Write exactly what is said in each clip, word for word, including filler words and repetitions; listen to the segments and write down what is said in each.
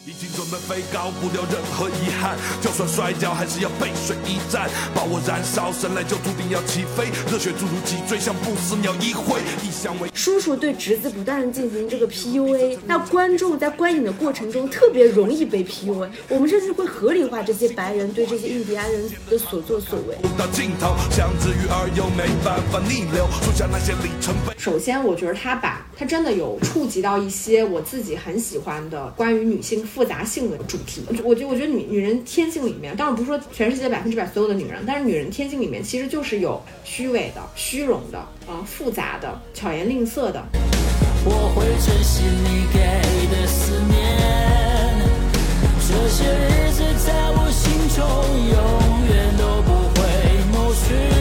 已经准备飞高，不留任何遗憾，就算摔跤还是要背水一战，把我燃烧，生来就注定要起飞，热血注入脊椎，像不死鸟一挥，一向为叔叔对侄子不断的进行这个 P U A， 那观众在观影的过程中特别容易被 P U A， 我们甚至会合理化这些白人对这些印第安人的所作所为。 到尽头，像之鱼儿又没办法逆流，树下那些里程碑。 首先，我觉得他把他真的有触及到一些我自己很喜欢的关于女性复杂性的主题。我觉得，我觉得女女人天性里面，当然不是说全世界百分之百所有的女人，但是女人天性里面其实就是有虚伪的、虚荣的、呃复杂的、巧言令色的。 我会珍惜你给的思念，这些日子在我心中永远都不会抹去。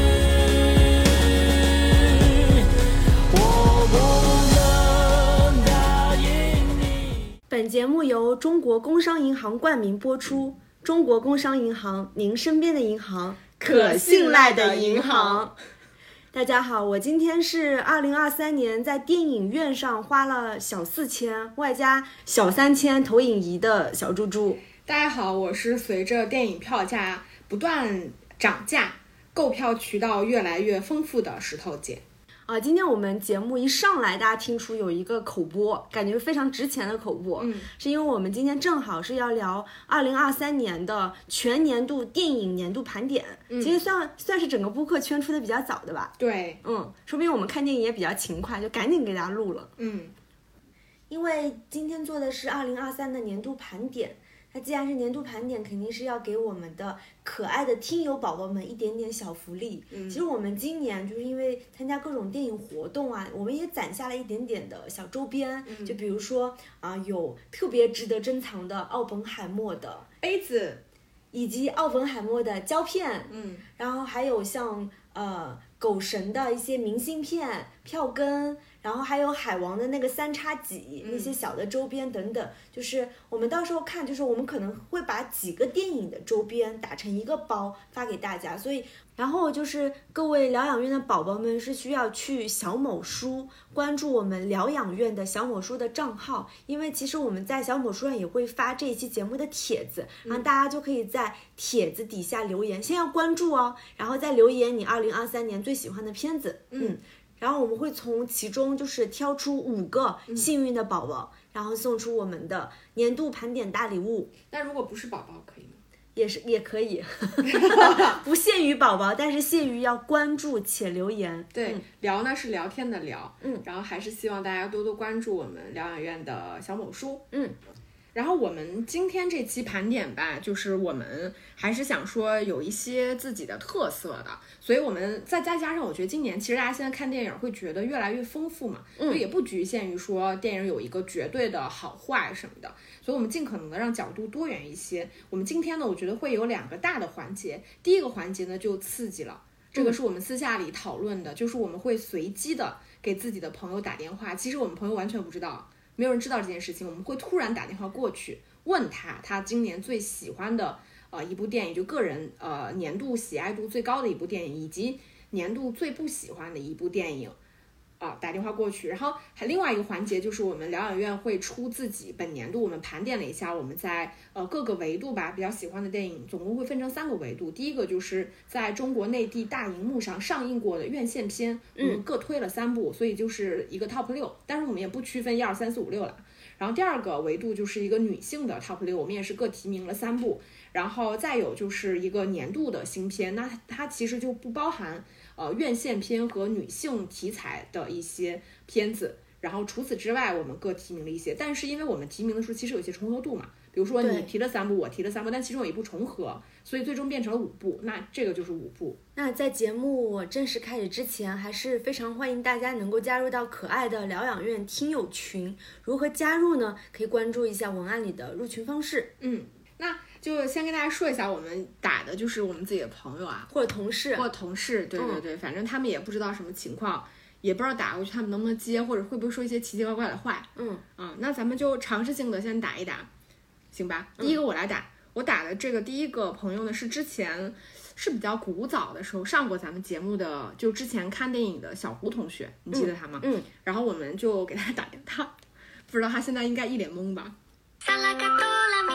本节目由中国工商银行冠名播出。中国工商银行，您身边的银行，可信赖的银行。大家好，我今天是二零二三年在电影院上花了小四千，外加小三千投影仪的小猪猪。 大家好，我是随着电影票价不断涨价，购票渠道越来越丰富的石头姐。 啊，今天我们节目一上来，大家听出有一个口播，感觉非常值钱的口播，嗯，是因为我们今天正好是要聊二零二三年的全年度电影年度盘点，嗯，其实算算是整个播客圈出的比较早的吧， 对， 嗯，说明我们看电影也比较勤快，就赶紧给大家录了， 嗯， 因为今天做的是二零二三的年度盘点。那既然是年度盘点，肯定是要给我们的可爱的听友宝宝们一点点小福利。嗯，其实我们今年就是因为参加各种电影活动啊，我们也攒下了一点点的小周边。嗯，就比如说啊、呃，有特别值得珍藏的奥本海默的杯子， 以及奥本海默的胶片。 嗯， 然后还有像呃狗神的一些明信片、票根。然后还有海王的那个三叉戟，那些小的周边等等，嗯，就是我们到时候看，就是我们可能会把几个电影的周边打成一个包发给大家，所以然后就是各位疗养院的宝宝们是需要去小某书关注我们疗养院的小某书的账号，因为其实我们在小某书上也会发这一期节目的帖子，然后大家就可以在帖子底下留言，先要关注哦，然后再留言你二零二三年最喜欢的片子，嗯。嗯然后我们会从其中就是挑出五个幸运的宝宝，嗯，然后送出我们的年度盘点大礼物。 那如果不是宝宝可以吗？ 也是也可以，不限于宝宝，但是限于要关注且留言。 对，嗯，聊呢是聊天的聊， 嗯， 然后还是希望大家多多关注我们疗养院的小某书， 嗯。 然后我们今天这期盘点吧，就是我们还是想说有一些自己的特色的，所以我们再加加上，我觉得今年其实大家现在看电影会觉得越来越丰富嘛，嗯，所以也不局限于说电影有一个绝对的好坏什么的，所以我们尽可能的让角度多元一些。我们今天呢，我觉得会有两个大的环节，第一个环节呢就刺激了，这个是我们私下里讨论的，就是我们会随机的给自己的朋友打电话，其实我们朋友完全不知道。没有人知道这件事情，我们会突然打电话过去问他，他今年最喜欢的呃一部电影，就个人呃年度喜爱度最高的一部电影，以及年度最不喜欢的一部电影，啊、呃、打电话过去。然后还另外一个环节就是我们疗养院会出自己本年度我们盘点了一下我们在呃各个维度吧比较喜欢的电影，总共会分成三个维度。第一个就是在中国内地大荧幕上上映过的院线片，我们各推了三部，所以就是一个 top 六，但是我们也不区分一二三四五六了。然后第二个维度就是一个女性的 top 六，我们也是各提名了三部。然后再有就是一个年度的新片，那它其实就不包含呃院线片和女性题材的一些片子。然后除此之外，我们各提名了一些，但是因为我们提名的时候其实有一些重合度嘛，比如说你提了三部，我提了三部，但其中有一部重合，所以最终变成了五部，那这个就是五部。 那在节目正式开始之前，还是非常欢迎大家能够加入到可爱的疗养院听友群。如何加入呢？可以关注一下文案里的入群方式。 嗯，那就先跟大家说一下，我们打的就是我们自己的朋友啊， 或者同事， 或者同事，对对对，嗯、反正他们也不知道什么情况。也不知道打过去他们能不能接，或者会不会说一些奇奇怪怪的话。 嗯啊，那咱们就尝试性的先打一打，行吧？第一个我来打，嗯、我打的这个第一个朋友呢是之前是比较古早的时候上过咱们节目的，就之前看电影的小胡同学，你记得他吗？ 嗯。 然后我们就给他打电话，不知道他现在应该一脸懵吧。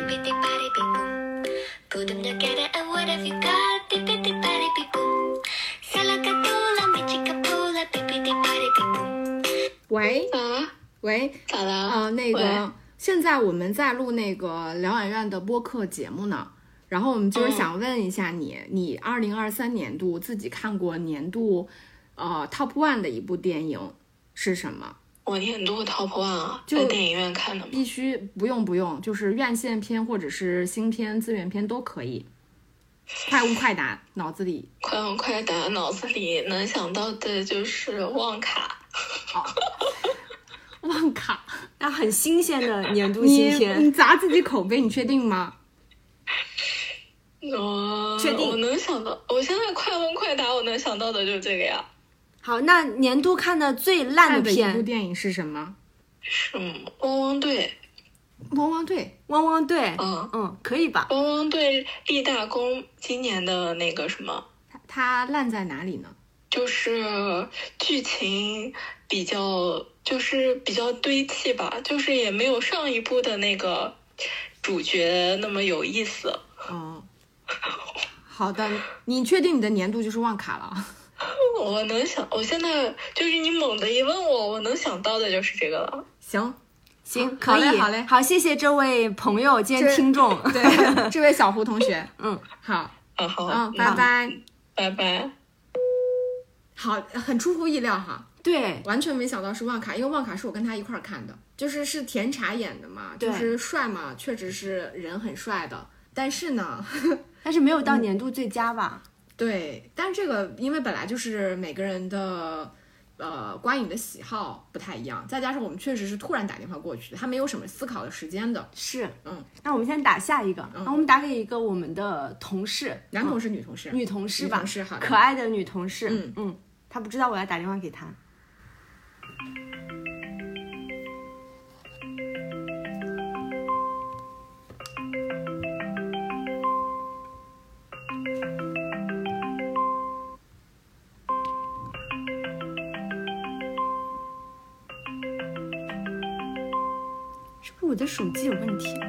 Put them together and what have you got? Bippity patty beep boom. Salakatula, michikapula, bippity patty beep boom. 喂啊， 喂， 咋了？ 啊、那个喂现在我们在录那个疗养院的播客节目呢，然后我们就是想问一下你，嗯、你二零二三年度自己看过年度呃 top one 的一部电影是什么？ 我年度 top one 啊， 就在电影院看的吗？ 必须不用不用，就是院线片或者是新片、资源片都可以。快问快答，脑子里快问快答，脑子里能想到的就是旺卡。 好。旺卡， 那很新鲜的年度你新片。 你砸自己口碑，你确定吗？ 我确定我能想到，我现在快问快答，我能想到的就是这个呀。 好，那年度看的最烂看的一部片， 电影是什么？ 什么？汪汪队。 汪汪队。 汪汪队。 嗯嗯，可以吧？ 汪汪队立大功，今年的那个什么， 它它烂在哪里呢？ 就是剧情比较，就是比较堆砌吧，就是也没有上一部的那个主角那么有意思。 嗯，好的，你确定你的年度就是旺卡了？ 我能想，我现在就是你猛地一问我，我能想到的就是这个了。 行， 行， 好可以， 嘞好嘞好，谢谢这位朋友，今天这听众。 对，这位小胡同学， 嗯， 好， 啊好， 嗯，拜拜， 拜拜。 好，很出乎意料哈， 对， 完全没想到是旺卡，因为旺卡是我跟他一块儿看的，就是是甜茶演的嘛， 对就是帅嘛，确实是人很帅的，但是呢， 但是没有到年度最佳吧？ 对，但是这个因为本来就是每个人的呃观影的喜好不太一样，再加上我们确实是突然打电话过去，他没有什么思考的时间的。 是， 嗯， 那我们先打下一个，那我们打给一个我们的同事， 男同事、女同事、 女同事吧， 女同事好的可爱的女同事， 嗯嗯，她不知道我要打电话给她。是不是我的手机有问题？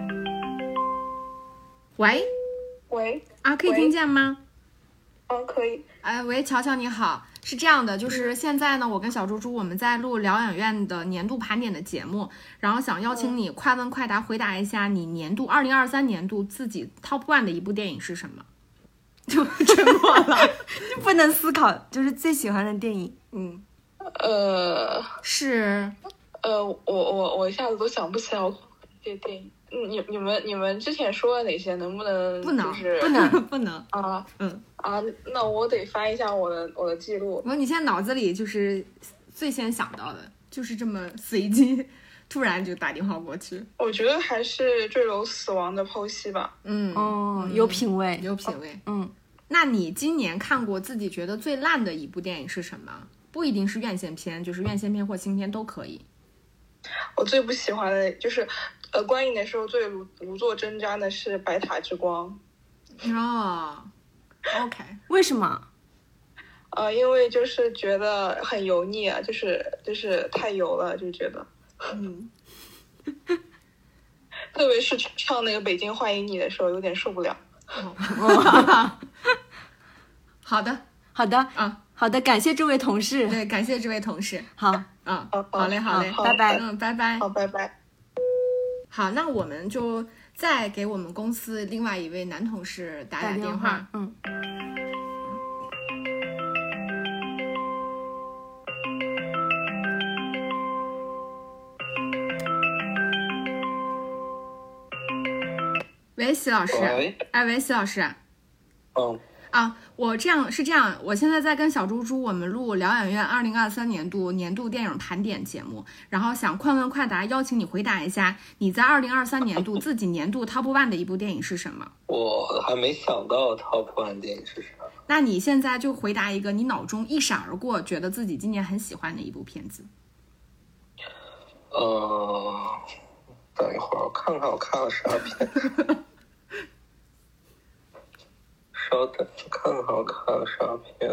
喂喂， 啊，可以喂听见吗？ 嗯，可以。 哎，喂，乔乔你好，是这样的，就是现在呢，我跟小猪猪我们在录疗养院的年度盘点的节目，然后想邀请你快问快答回答一下，你年度二零二三年度自己 top one 的一部电影是什么？就沉默了， 就不能思考，就是最喜欢的电影。 嗯， 呃是呃，我我我一下子都想不起来我这些电影。嗯，你你们你们之前说了哪些？能不能不能就是不能不能， 啊嗯， 啊？那我得翻一下我的我的记录。 我你现在脑子里就是最先想到的，就是这么随机，突然就打电话过去， 我觉得还是坠楼死亡的剖析吧。 嗯， 哦，有品味， 有品味。 嗯， 那你今年看过自己觉得最烂的一部电影是什么？不一定是院线片，就是院线片或新片都可以。 我最不喜欢的就是，呃，观影的时候最如如坐针毡的是《白塔之光》。 哦 ，OK， 为什么？ 呃，因为就是觉得很油腻啊，就是就是太油了，就觉得， 嗯， 特别是唱那个《北京欢迎你》的时候，有点受不了。 哦、好的， 好的， 啊， 好的，感谢这位同事。 对，感谢这位同事。 好， 啊， 好好嘞，好嘞， 好拜拜嗯，拜拜。 好，拜拜。 好，那我们就再给我们公司另外一位男同事打打电电话。 嗯。 喂，席老师。 喂。 哎，喂，席老师。 嗯。 啊，我这样是这样，我现在在跟小猪猪我们录疗养院二零二三年度年度电影盘点节目，然后想快问快答，邀请你回答一下，你在二零二三年度自己年度 top one 的一部电影是什么？ 我还没想到 top one 电影是啥。 那你现在就回答一个你脑中一闪而过，觉得自己今年很喜欢的一部片子。 呃，等一会儿我看看我看了啥片。稍等，看看我看了啥片。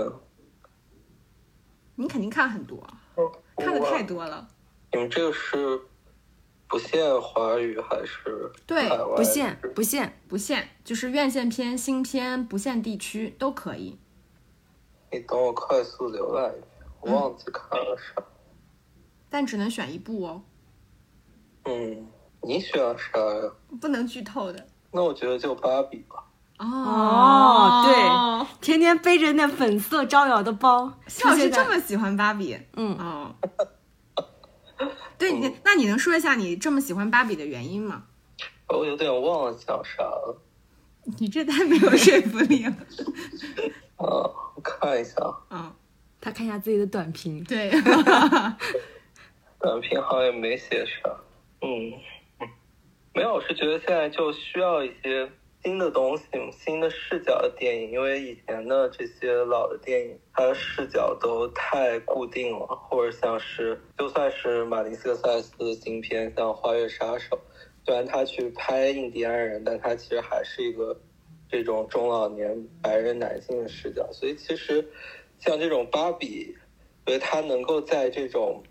你肯定看很多， 哦、 看的太多了。 你们这个是不限华语还是对海外？ 不限不限不限，就是院线片、新片不限地区都可以。 你等我快速浏览一遍，我忘记看了啥。 但只能选一部哦。 嗯，你选啥呀？ 不能剧透的。 那我觉得就芭比吧。 哦，对，天天背着那粉色招摇的包， 谢老师这么喜欢芭比， 嗯哦，对，你那你能说一下你这么喜欢芭比的原因吗？ 我有点忘了讲啥了。 你这太没有说服力了。 啊，我看一下。 嗯， 他看一下自己的短评。 对。 短评好像也没写啥。嗯，没有，我是觉得现在就需要一些新的东西，新的视角的电影，因为以前的这些老的电影，它的视角都太固定了，或者像是就算是马丁斯科塞斯的新片，像《花月杀手》，虽然他去拍印第安人，但他其实还是一个这种中老年白人男性的视角，所以其实像这种芭比，所以他能够在这种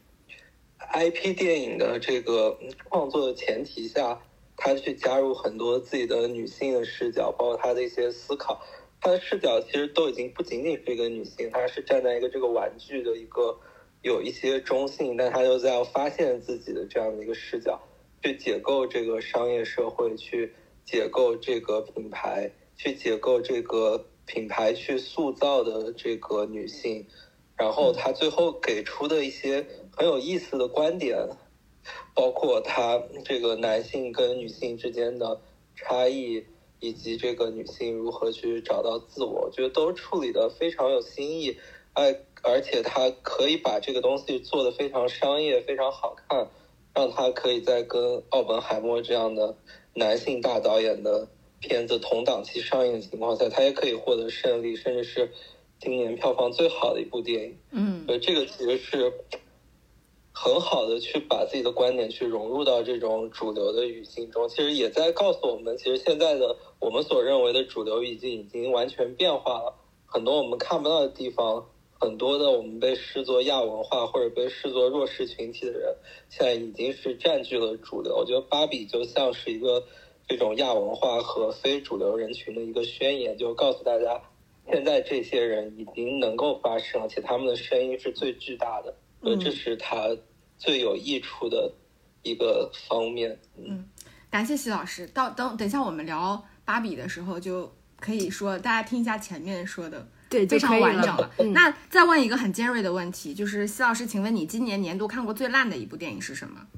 I P 电影的这个创作的前提下，他去加入很多自己的女性的视角，包括他的一些思考。他的视角其实都已经不仅仅是一个女性，他是站在一个这个玩具的一个有一些中性，但他又在要发现自己的这样的一个视角，去解构这个商业社会，去解构这个品牌，去解构这个品牌去塑造的这个女性。然后他最后给出的一些很有意思的观点，包括他这个男性跟女性之间的差异，以及这个女性如何去找到自我，我觉得都处理得非常有新意。哎，而且他可以把这个东西做得非常商业，非常好看，让他可以在跟奥本海默这样的男性大导演的片子同档期上映的情况下，他也可以获得胜利，甚至是今年票房最好的一部电影。 嗯， 所以这个其实是很好的去把自己的观点去融入到这种主流的语境中，其实也在告诉我们，其实现在的我们所认为的主流语境已经完全变化了，很多我们看不到的地方，很多的我们被视作亚文化或者被视作弱势群体的人，现在已经是占据了主流。我觉得芭比就像是一个这种亚文化和非主流人群的一个宣言，就告诉大家现在这些人已经能够发声，而且他们的声音是最巨大的，所以这是他最有益处的一个方面。 嗯，感谢席老师。到等等一下我们聊芭比的时候，就可以说大家听一下前面说的， 对， 非常完整了。 了嗯、 那再问一个很尖锐的问题，就是席老师，请问你今年年度看过最烂的一部电影是什么？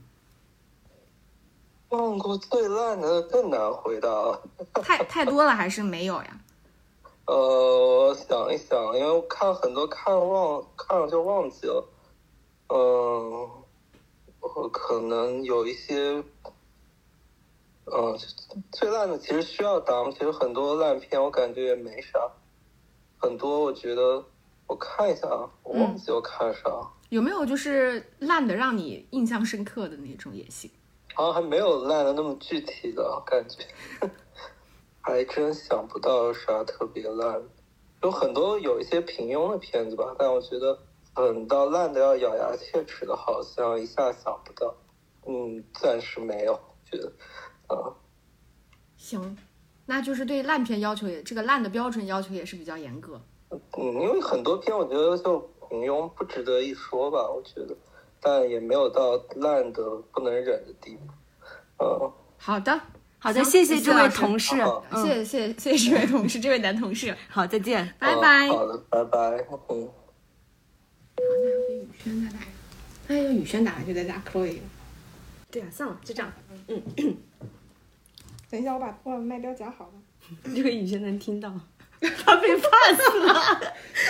看过最烂的更难回答了。 太太多了还是没有呀？ 呃，我想一想，因为我看很多看忘看了就忘记了。嗯、呃，我可能有一些，嗯、呃，最烂的其实需要答，其实很多烂片我感觉也没啥，很多我觉得我看一下啊，我忘记我看啥、嗯。 有没有就是烂的让你印象深刻的那种也行？ 好像还没有烂的那么具体的感觉。还真想不到有啥特别烂，有很多有一些平庸的片子吧，但我觉得很到烂的要咬牙切齿的，好像一下想不到。嗯，暂时没有，觉得，啊， 行，那就是对烂片要求也，这个烂的标准要求也是比较严格。 嗯，因为很多片我觉得就平庸，不值得一说吧，我觉得，但也没有到烂的不能忍的地步。嗯， 好的。 好的，谢谢这位同事， 嗯、谢谢谢谢谢谢这位同事，这位男同事。 好，再见， 拜拜。 好的，拜拜。嗯。 好，那要给宇轩再来，那要宇轩打来就在家 Chloe。 对啊，算了，就这样。嗯。 等一下，我把我把麦标夹好了。 这个宇轩能听到，他被 pass 了，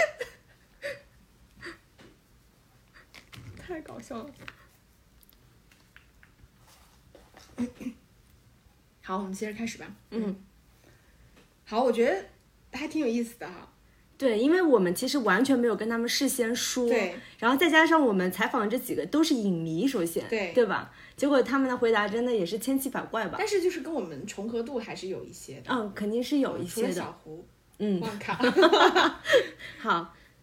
太搞笑了。好，我们接着开始吧。 嗯， 好，我觉得还挺有意思的哈。 对，因为我们其实完全没有跟他们事先说， 对， 然后再加上我们采访的这几个都是影迷，首先， 对， 对吧？结果他们的回答真的也是千奇百怪吧。 但是就是跟我们重合度还是有一些的。 嗯，肯定是有一些的。 除了小胡， 嗯， 忘卡。 好，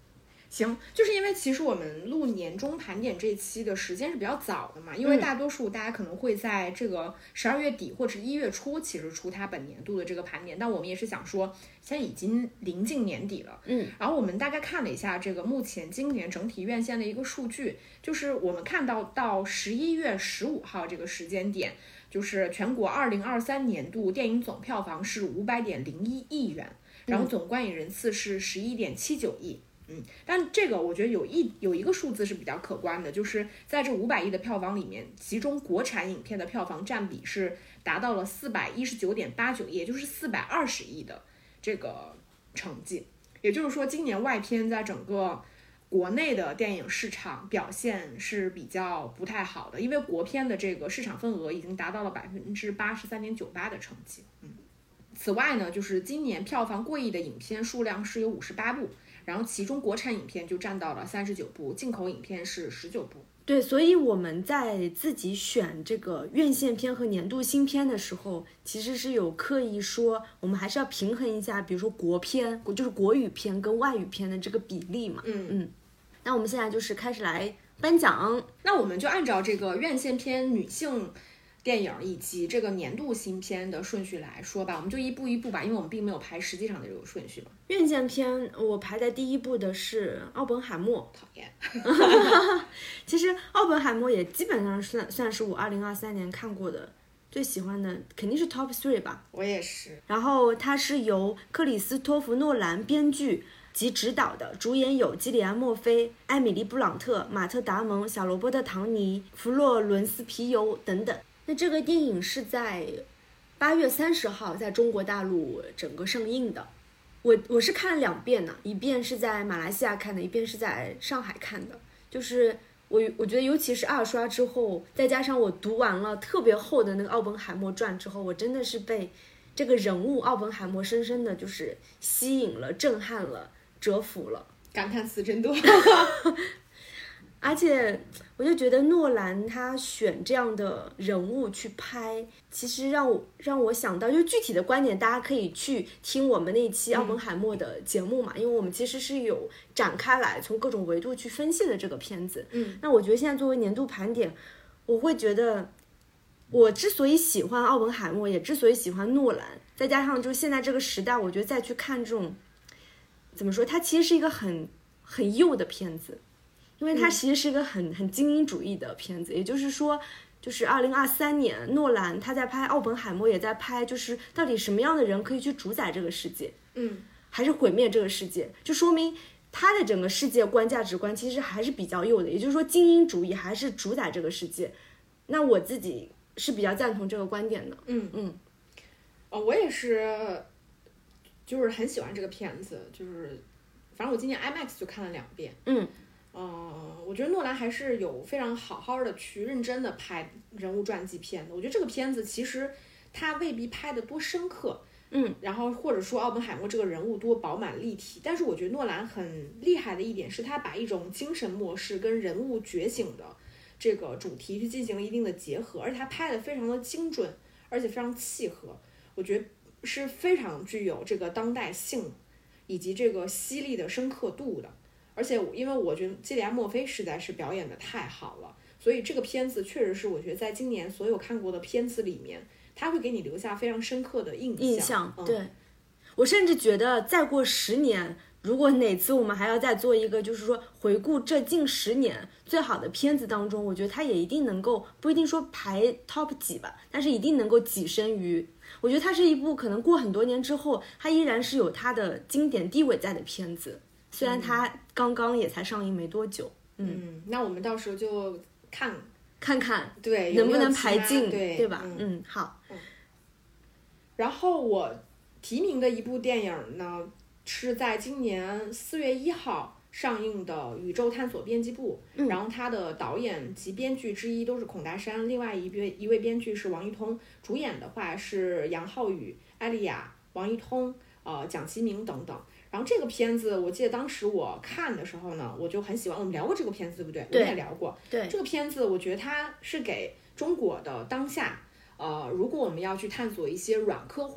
行，就是因为其实我们录年终盘点这期的时间是比较早的嘛，因为大多数大家可能会在这个十二月底或者一月初其实出它本年度的这个盘点，但我们也是想说现在已经临近年底了， 嗯， 然后我们大概看了一下这个目前今年整体院线的一个数据，就是我们看到到十一月十五号这个时间点，就是全国二零二三年度电影总票房是五百点零一亿元，然后总观影人次是十一点七九亿。嗯，但这个我觉得有一有一个数字是比较可观的，就是在这五百亿的票房里面，其中国产影片的票房占比是达到了四百一十九点八九亿，也就是四百二十亿的这个成绩。也就是说，今年外片在整个国内的电影市场表现是比较不太好的，因为国片的这个市场份额已经达到了百分之八十三点九八的成绩。嗯，此外呢，就是今年票房过亿的影片数量是有五十八部。然后其中国产影片就占到了三十九部，进口影片是十九部。 对，所以我们在自己选这个院线片和年度新片的时候，其实是有刻意说，我们还是要平衡一下，比如说国片，就是国语片跟外语片的这个比例嘛。 嗯嗯。那我们现在就是开始来颁奖， 那我们就按照这个院线片女性电影以及这个年度新片的顺序来说吧，我们就一步一步吧，因为我们并没有排实际上的这个顺序嘛。 院线片我排在第一部的是奥本海默， 讨厌。 其实奥本海默也基本上算算是我二零二三年看过的最喜欢的，肯定是 top three 吧。 我也是。 然后它是由克里斯托弗诺兰编剧及执导的，主演有基里安·墨菲、艾米丽·布朗特、马特·达蒙、小罗伯特·唐尼、弗洛伦斯·皮尤等等。那这个电影是在八月三十号在中国大陆整个上映的。我我是看了两遍呢，一遍是在马来西亚看的，一遍是在上海看的。就是我我觉得，尤其是二刷之后，再加上我读完了特别厚的那个《奥本海默传》之后，我真的是被这个人物奥本海默深深的就是吸引了、震撼了、折服了。 感叹词真多。 而且我就觉得诺兰他选这样的人物去拍，其实让我让我想到，就具体的观点大家可以去听我们那一期奥本海默的节目嘛，嗯、因为我们其实是有展开来从各种维度去分析的这个片子。 嗯， 那我觉得现在作为年度盘点，我会觉得我之所以喜欢奥本海默，也之所以喜欢诺兰，再加上就现在这个时代，我觉得再去看这种怎么说，它其实是一个很很幼的片子。因为它其实是一个很很精英主义的片子，也就是说，就是二零二三年诺兰他在拍奥本海默，也在拍，就是到底什么样的人可以去主宰这个世界， 嗯， 还是毁灭这个世界，就说明他的整个世界观价值观其实还是比较幼的，也就是说精英主义还是主宰这个世界。那我自己是比较赞同这个观点的。 嗯嗯， 哦，我也是，就是很喜欢这个片子，就是反正我今年 IMAX 就看了两遍。 嗯。 呃，我觉得诺兰还是有非常好好的去认真的拍人物传记片的。我觉得这个片子其实他未必拍的多深刻， 嗯， 然后或者说奥本海默这个人物多饱满立体，但是我觉得诺兰很厉害的一点是他把一种精神末世跟人物觉醒的这个主题去进行了一定的结合，而且他拍的非常的精准，而且非常契合，我觉得是非常具有这个当代性以及这个犀利的深刻度的。而且因为我觉得基里安·墨菲实在是表演的太好了，所以这个片子确实是我觉得在今年所有看过的片子里面，它会给你留下非常深刻的印象。 印象， 嗯、 对。我甚至觉得再过十年，如果哪次我们还要再做一个，就是说回顾这近十年最好的片子当中，我觉得它也一定能够，不一定说排 top 几吧，但是一定能够跻身于，我觉得它是一部可能过很多年之后，它依然是有它的经典地位在的片子。虽然它刚刚也才上映没多久。 嗯, 嗯，那我们到时候就看看看， 对， 能不能排进， 对对吧？ 嗯, 嗯，好。 嗯。然后我提名的一部电影呢，是在今年四月一号上映的《宇宙探索编辑部》， 嗯， 然后它的导演及编剧之一都是孔达山，另外一位一位编剧是王一通，主演的话是杨浩宇、艾丽亚、王一通、呃蒋奇明等等。然后这个片子，我记得当时我看的时候呢，我就很喜欢。我们聊过这个片子，对不对？ 对， 我们也聊过。 对， 这个片子，我觉得它是给中国的当下，呃，如果我们要去探索一些软科幻，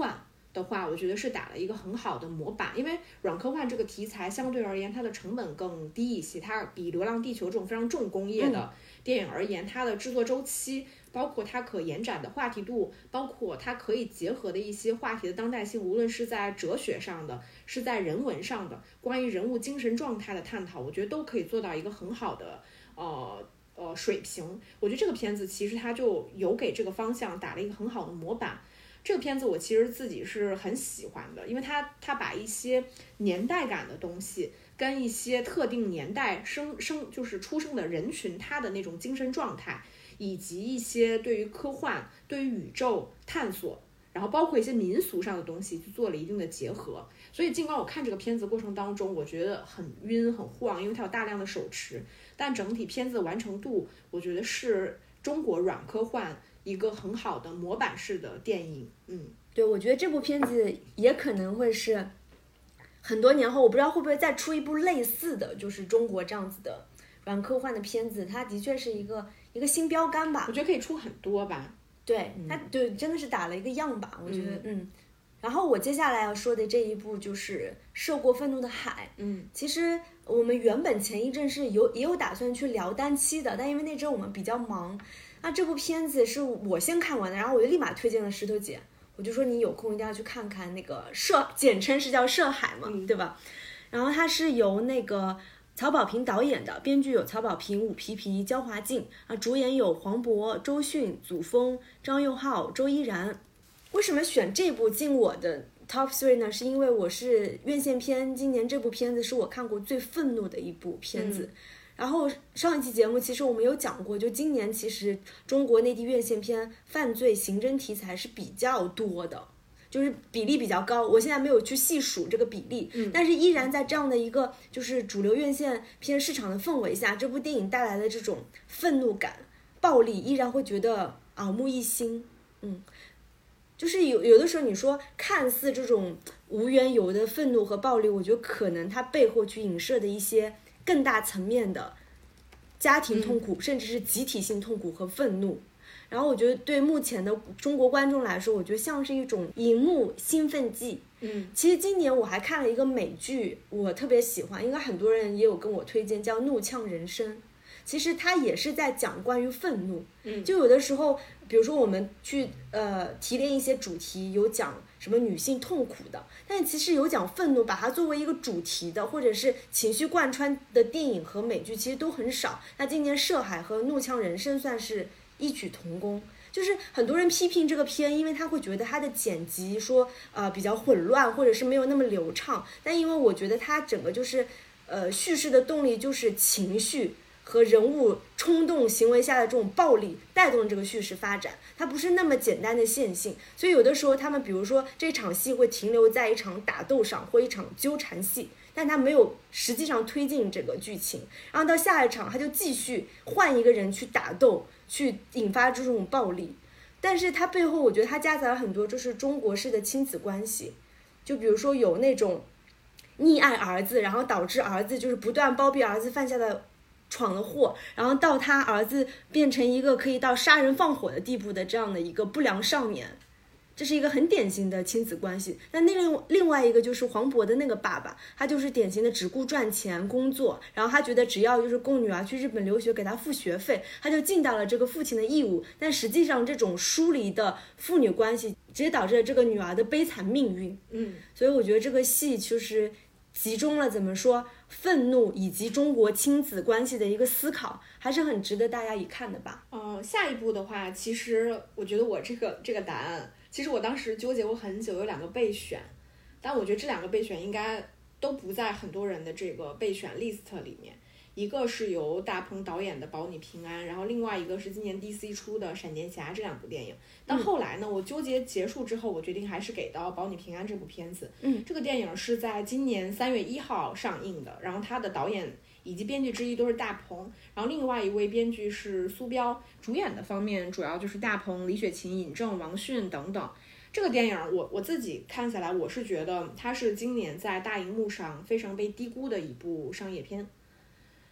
的话，我觉得是打了一个很好的模板，因为软科幻这个题材相对而言它的成本更低一些，它比《流浪地球》这种非常重工业的电影而言，它的制作周期，包括它可延展的话题度，包括它可以结合的一些话题的当代性，无论是在哲学上的，是在人文上的，关于人物精神状态的探讨，我觉得都可以做到一个很好的呃呃水平。我觉得这个片子其实它就有给这个方向打了一个很好的模板。这个片子我其实自己是很喜欢的，因为它它把一些年代感的东西跟一些特定年代生生就是出生的人群他的那种精神状态，以及一些对于科幻、对于宇宙探索，然后包括一些民俗上的东西去做了一定的结合。所以尽管我看这个片子过程当中我觉得很晕很晃，因为它有大量的手持，但整体片子的完成度我觉得是中国软科幻一个很好的模板式的电影。嗯， 对，我觉得这部片子也可能会是很多年后，我不知道会不会再出一部类似的，就是中国这样子的软科幻的片子，它的确是一个一个新标杆吧。 我觉得可以出很多吧。 对，它对真的是打了一个样吧，我觉得，嗯。嗯然后我接下来要说的这一部就是《涉过愤怒的海》。 嗯， 其实我们原本前一阵是有也有打算去聊单期的，但因为那阵我们比较忙。那这部片子是我先看完的，然后我就立马推荐了石头姐，我就说你有空一定要去看看那个涉，简称是叫涉海嘛， 嗯、 对吧？然后它是由那个曹保平导演的，编剧有曹保平、武皮皮、焦华静啊，主演有黄渤、周迅、祖峰、张佑浩、周依然。为什么选这部进我的 top three 呢？是因为我是院线片，今年这部片子是我看过最愤怒的一部片子。嗯然后上一期节目其实我们有讲过，就今年其实中国内地院线片犯罪刑侦题材是比较多的，就是比例比较高。我现在没有去细数这个比例， 嗯， 但是依然在这样的一个就是主流院线片市场的氛围下，这部电影带来的这种愤怒感、暴力，依然会觉得耳目一新。嗯，就是有有的时候你说看似这种无缘由的愤怒和暴力，我觉得可能它背后去影射的一些更大层面的家庭痛苦、嗯、甚至是集体性痛苦和愤怒。然后我觉得对目前的中国观众来说，我觉得像是一种荧幕兴奋剂。 嗯， 其实今年我还看了一个美剧，我特别喜欢，应该很多人也有跟我推荐，叫《怒呛人生》。其实它也是在讲关于愤怒。 嗯， 就有的时候比如说我们去呃提炼一些主题，有讲什么女性痛苦的，但其实有讲愤怒，把它作为一个主题的或者是情绪贯穿的电影和美剧其实都很少。那今年《涉海》和《怒呛人生》算是异曲同工。就是很多人批评这个片，因为他会觉得他的剪辑说呃比较混乱，或者是没有那么流畅。但因为我觉得他整个就是呃叙事的动力就是情绪和人物冲动行为下的这种暴力带动这个叙事发展，它不是那么简单的线性。所以有的时候他们比如说这场戏会停留在一场打斗上或一场纠缠戏，但他没有实际上推进这个剧情，然后到下一场他就继续换一个人去打斗，去引发这种暴力。但是它背后我觉得它夹杂了很多就是中国式的亲子关系，就比如说有那种溺爱儿子，然后导致儿子就是不断包庇儿子犯下的闯了祸，然后到他儿子变成一个可以到杀人放火的地步的这样的一个不良少年，这是一个很典型的亲子关系。那另另外一个就是黄渤的那个爸爸，他就是典型的只顾赚钱工作，然后他觉得只要就是供女儿去日本留学给他付学费，他就尽到了这个父亲的义务。但实际上这种疏离的父女关系直接导致了这个女儿的悲惨命运。 嗯， 所以我觉得这个戏就是集中了怎么说愤怒以及中国亲子关系的一个思考，还是很值得大家一看的吧。 嗯、呃，下一步的话，其实我觉得我这个这个答案，其实我当时纠结过很久，有两个备选，但我觉得这两个备选应该都不在很多人的这个备选 list 里面。一个是由大鹏导演的《保你平安》，然后另外一个是今年 D C 出的《闪电侠》这两部电影。但后来呢，我纠结结束之后，我决定还是给到《保你平安》这部片子。 嗯， 这个电影是在今年三月一号上映的，然后它的导演以及编剧之一都是大鹏，然后另外一位编剧是苏彪，主演的方面主要就是大鹏、李雪琴、尹正、王迅等等。这个电影我我自己看下来，我是觉得它是今年在大荧幕上非常被低估的一部商业片。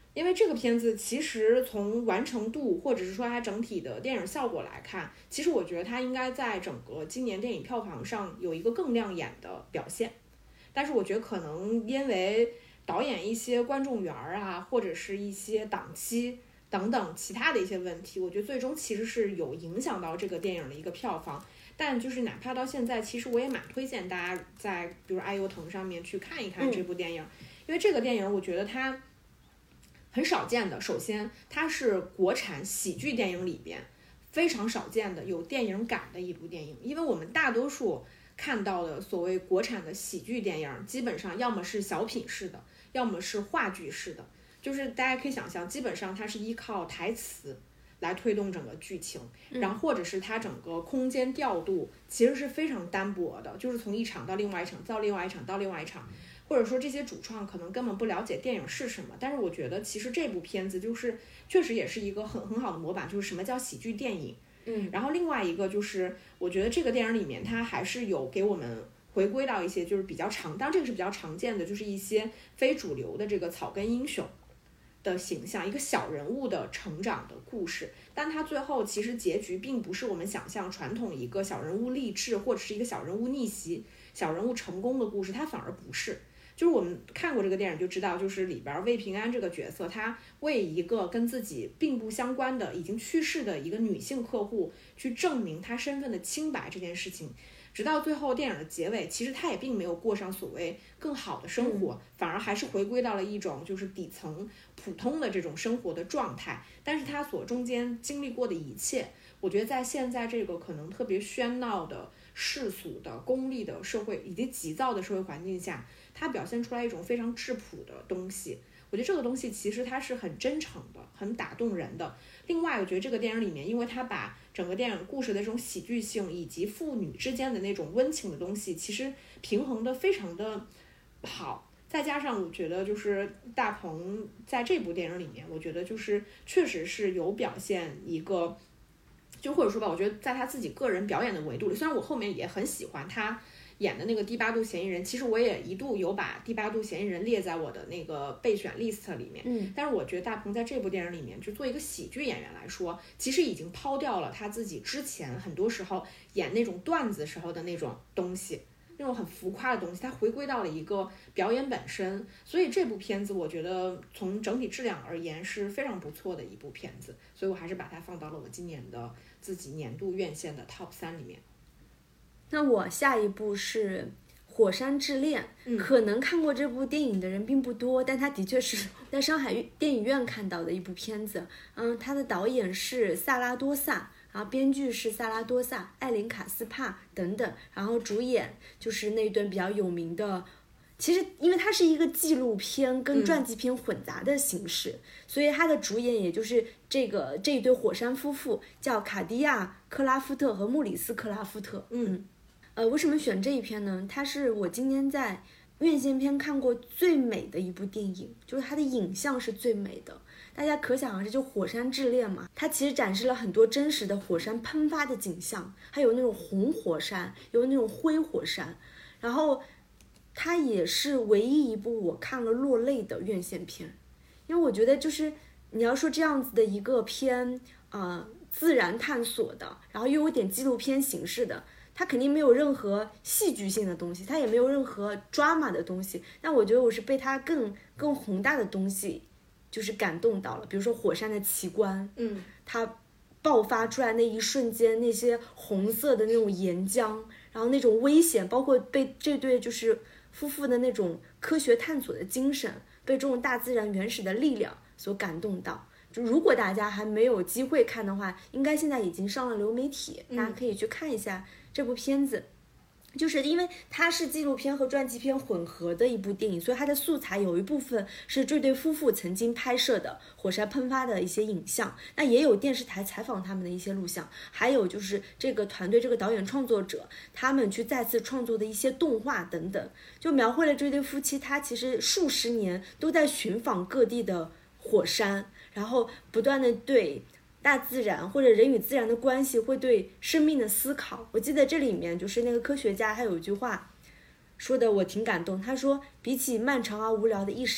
因为这个片子其实从完成度或者是说它整体的电影效果来看，其实我觉得它应该在整个今年电影票房上有一个更亮眼的表现，但是我觉得可能因为导演一些观众缘啊，或者是一些档期等等其他的一些问题，我觉得最终其实是有影响到这个电影的一个票房。但就是哪怕到现在，其实我也蛮推荐大家在比如爱优腾上面去看一看这部电影，嗯、因为这个电影我觉得它很少见的。首先，它是国产喜剧电影里边非常少见的有电影感的一部电影，因为我们大多数看到的所谓国产的喜剧电影，基本上要么是小品式的，要么是话剧式的，就是大家可以想象，基本上它是依靠台词来推动整个剧情，然后或者是它整个空间调度其实是非常单薄的，就是从一场到另外一场，到另外一场到另外一场，或者说这些主创可能根本不了解电影是什么。但是我觉得其实这部片子就是确实也是一个很很好的模板，就是什么叫喜剧电影。嗯，然后另外一个就是我觉得这个电影里面它还是有给我们回归到一些就是比较常，当然这个是比较常见的，就是一些非主流的这个草根英雄的形象，一个小人物的成长的故事，但他最后其实结局并不是我们想象传统一个小人物励志或者是一个小人物逆袭、小人物成功的故事，它反而不是。就是我们看过这个电影就知道，就是里边魏平安这个角色，他为一个跟自己并不相关的已经去世的一个女性客户去证明他身份的清白这件事情，直到最后电影的结尾，其实他也并没有过上所谓更好的生活，反而还是回归到了一种就是底层普通的这种生活的状态。但是他所中间经历过的一切，我觉得在现在这个可能特别喧闹的世俗的功利的社会以及急躁的社会环境下，它表现出来一种非常质朴的东西。我觉得这个东西其实它是很真诚的，很打动人的。另外我觉得这个电影里面，因为它把整个电影故事的这种喜剧性以及父女之间的那种温情的东西其实平衡的非常的好，再加上我觉得就是大鹏在这部电影里面，我觉得就是确实是有表现一个，就或者说吧，我觉得在他自己个人表演的维度里，虽然我后面也很喜欢他演的那个第八度嫌疑人，其实我也一度有把第八度嫌疑人列在我的那个备选 list 里面，嗯，但是我觉得大鹏在这部电影里面，就做一个喜剧演员来说，其实已经抛掉了他自己之前很多时候演那种段子时候的那种东西，那种很浮夸的东西，他回归到了一个表演本身。所以这部片子我觉得从整体质量而言是非常不错的一部片子，所以我还是把它放到了我今年的自己年度院线的 top 三里面。 那我下一部是火山之恋、嗯、可能看过这部电影的人并不多，但它的确是在上海电影院看到的一部片子。嗯，它的导演是萨拉多萨，然后编剧是萨拉多萨、艾琳卡斯帕等等，然后主演就是那段比较有名的，其实因为它是一个纪录片跟传记片混杂的形式、嗯、所以它的主演也就是这个这一对火山夫妇，叫卡迪亚克拉夫特和穆里斯克拉夫特。嗯，呃，为什么选这一篇呢？它是我今年在院线片看过最美的一部电影，就是它的影像是最美的。大家可想而知，就火山之恋嘛，它其实展示了很多真实的火山喷发的景象，还有那种红火山，有那种灰火山，然后它也是唯一一部我看了落泪的院线片。因为我觉得就是你要说这样子的一个偏呃自然探索的，然后又有点纪录片形式的，它肯定没有任何戏剧性的东西，它也没有任何 drama 的东西，但我觉得我是被它更更宏大的东西就是感动到了。比如说火山的奇观，嗯，它爆发出来那一瞬间，那些红色的那种岩浆，然后那种危险，包括被这对就是夫妇的那种科学探索的精神，被这种大自然原始的力量所感动到。就如果大家还没有机会看的话，应该现在已经上了流媒体，大家可以去看一下这部片子。就是因为它是纪录片和传记片混合的一部电影，所以它的素材有一部分是这对夫妇曾经拍摄的火山喷发的一些影像，那也有电视台采访他们的一些录像，还有就是这个团队这个导演创作者他们去再次创作的一些动画等等，就描绘了这对夫妻他其实数十年都在寻访各地的火山，然后不断的对大自然或者人与自然的关系，会对生命的思考。我记得这里面就是那个科学家还有一句话说的我挺感动，他说比起漫长而无聊的一生，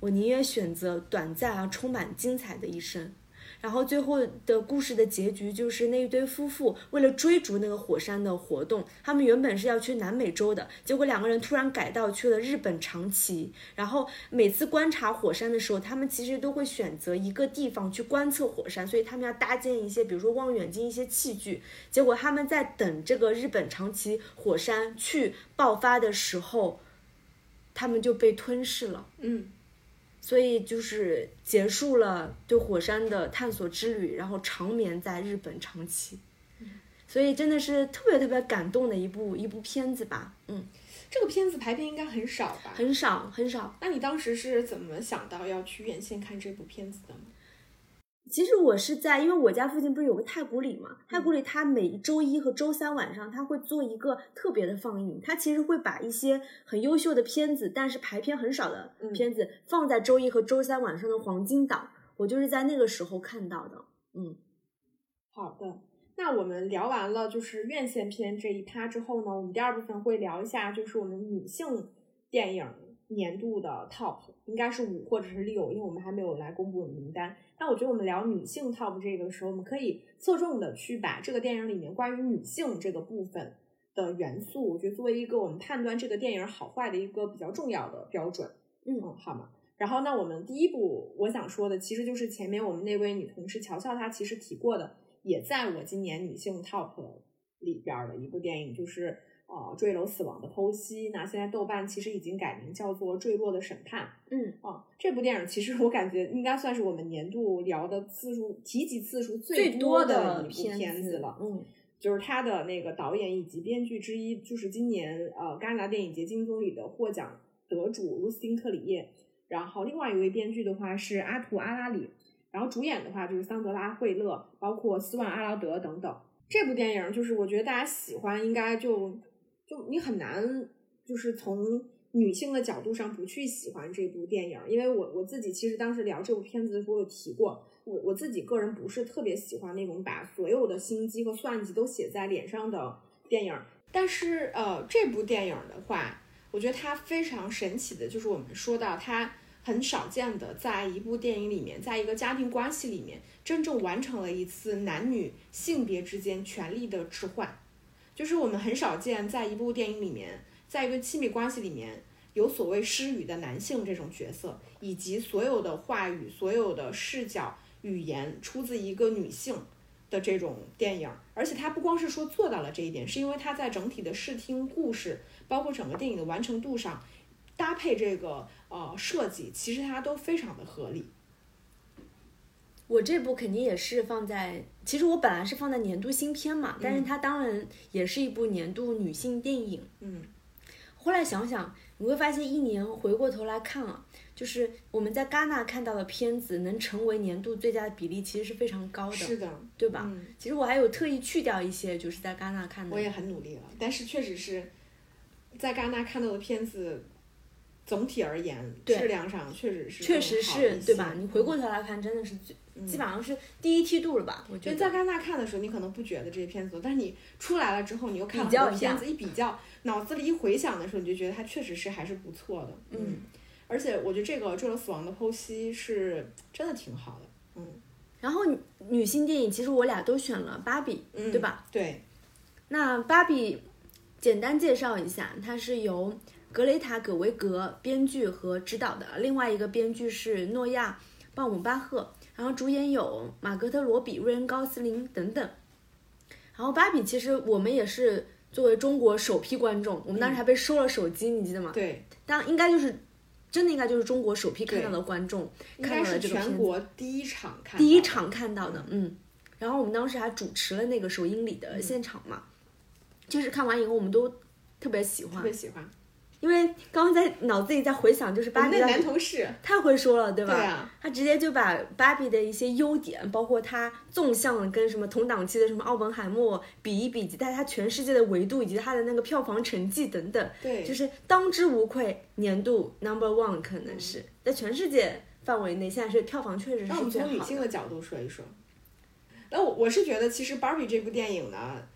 我宁愿选择短暂而充满精彩的一生。然后最后的故事的结局就是那一对夫妇为了追逐那个火山的活动，他们原本是要去南美洲的，结果两个人突然改道去了日本长崎。然后每次观察火山的时候，他们其实都会选择一个地方去观测火山，所以他们要搭建一些比如说望远镜一些器具。结果他们在等这个日本长崎火山去爆发的时候，他们就被吞噬了。 嗯， 所以就是结束了对火山的探索之旅，然后长眠在日本长崎。所以真的是特别特别感动的一部一部片子吧。嗯， 这个片子排片应该很少吧？ 很少很少。 那你当时是怎么想到要去院线看这部片子的吗？ 其实我是在，因为我家附近不是有个太古里嘛，太古里它每周一和周三晚上它会做一个特别的放映，它其实会把一些很优秀的片子，但是排片很少的片子放在周一和周三晚上的黄金档，我就是在那个时候看到的。嗯， 好的。那我们聊完了就是院线片这一趴之后呢，我们第二部分会聊一下就是我们女性电影年度的 top， 应该是五或者是六，因为我们还没有来公布名单。但我觉得我们聊女性 top 这个时候，我们可以侧重的去把这个电影里面关于女性这个部分的元素，我觉得作为一个我们判断这个电影好坏的一个比较重要的标准。 嗯， 好吗？然后呢，我们第一部我想说的其实就是前面我们那位女同事乔乔她其实提过的，也在我今年女性 top 里边的一部电影，就是呃坠楼死亡的剖析。那现在豆瓣其实已经改名叫做坠落的审判。 嗯啊、呃，这部电影其实我感觉应该算是我们年度聊的次数提及次数最多的一部片子了。 嗯， 就是他的那个导演以及编剧之一，就是今年呃戛纳电影节金棕榈的获奖得主卢斯汀特里耶。然后另外一位编剧的话是阿图阿拉里，然后主演的话就是桑德拉惠勒，包括斯万阿劳德等等。这部电影就是我觉得大家喜欢，应该就就你很难就是从女性的角度上不去喜欢这部电影。因为我我自己其实当时聊这部片子的时候有提过，我我自己个人不是特别喜欢那种把所有的心机和算计都写在脸上的电影。但是呃这部电影的话，我觉得它非常神奇的就是我们说到它很少见的在一部电影里面，在一个家庭关系里面真正完成了一次男女性别之间权力的置换。就是我们很少见在一部电影里面，在一个亲密关系里面有所谓施语的男性这种角色，以及所有的话语所有的视角语言出自一个女性的这种电影。而且它不光是说做到了这一点，是因为它在整体的视听故事包括整个电影的完成度上搭配这个呃设计，其实它都非常的合理。 我这部肯定也是放在，其实我本来是放在年度新片嘛，但是它当然也是一部年度女性电影。 嗯， 后来想想，你会发现一年回过头来看啊，就是我们在戛纳看到的片子能成为年度最佳的比例其实是非常高的。 是的， 对吧？ 嗯， 其实我还有特意去掉一些就是在戛纳看的。 我也很努力了，但是确实是在戛纳看到的片子总体而言质量上确实是确实是对吧？你回过头来看真的是最、嗯、基本上是第一梯度了吧。我觉得在戛纳看的时候你可能不觉得这些片子，但是你出来了之后你又看了很多片子一比较，脑子里一回想的时候你就觉得它确实是还是不错的。嗯，嗯而且我觉得这个坠楼死亡的剖析是真的挺好的。嗯， 然后女性电影其实我俩都选了芭比、嗯、对吧？ 对。 那芭比简单介绍一下，它是由格雷塔·葛维格编剧和指导的，另外一个编剧是诺亚·鲍姆巴赫，然后主演有马格特·罗比、瑞恩·高斯林等等。然后芭比其实我们也是作为中国首批观众，我们当时还被收了手机、嗯、你记得吗？ 对， 当应该就是真的应该就是中国首批看到的观众看到了这个片子， 全国第一场看到的第一场看到的。嗯，然后我们当时还主持了那个首映礼的现场嘛、嗯、就是看完以后我们都特别喜欢， 特别喜欢。 因为刚刚在脑子里在回想，就是芭比的男同事太会说了，对吧？ 对啊， 他直接就把芭比的一些优点，包括他纵向跟什么同档期的什么奥本海默比一比，及在他全世界的维度以及他的那个票房成绩等等， 对， 就是当之无愧年度 number one， 可能是、嗯、在全世界范围内，现在是票房确实是最好的。 那我们从女性的角度说一说，那我我是觉得其实芭比这部电影呢。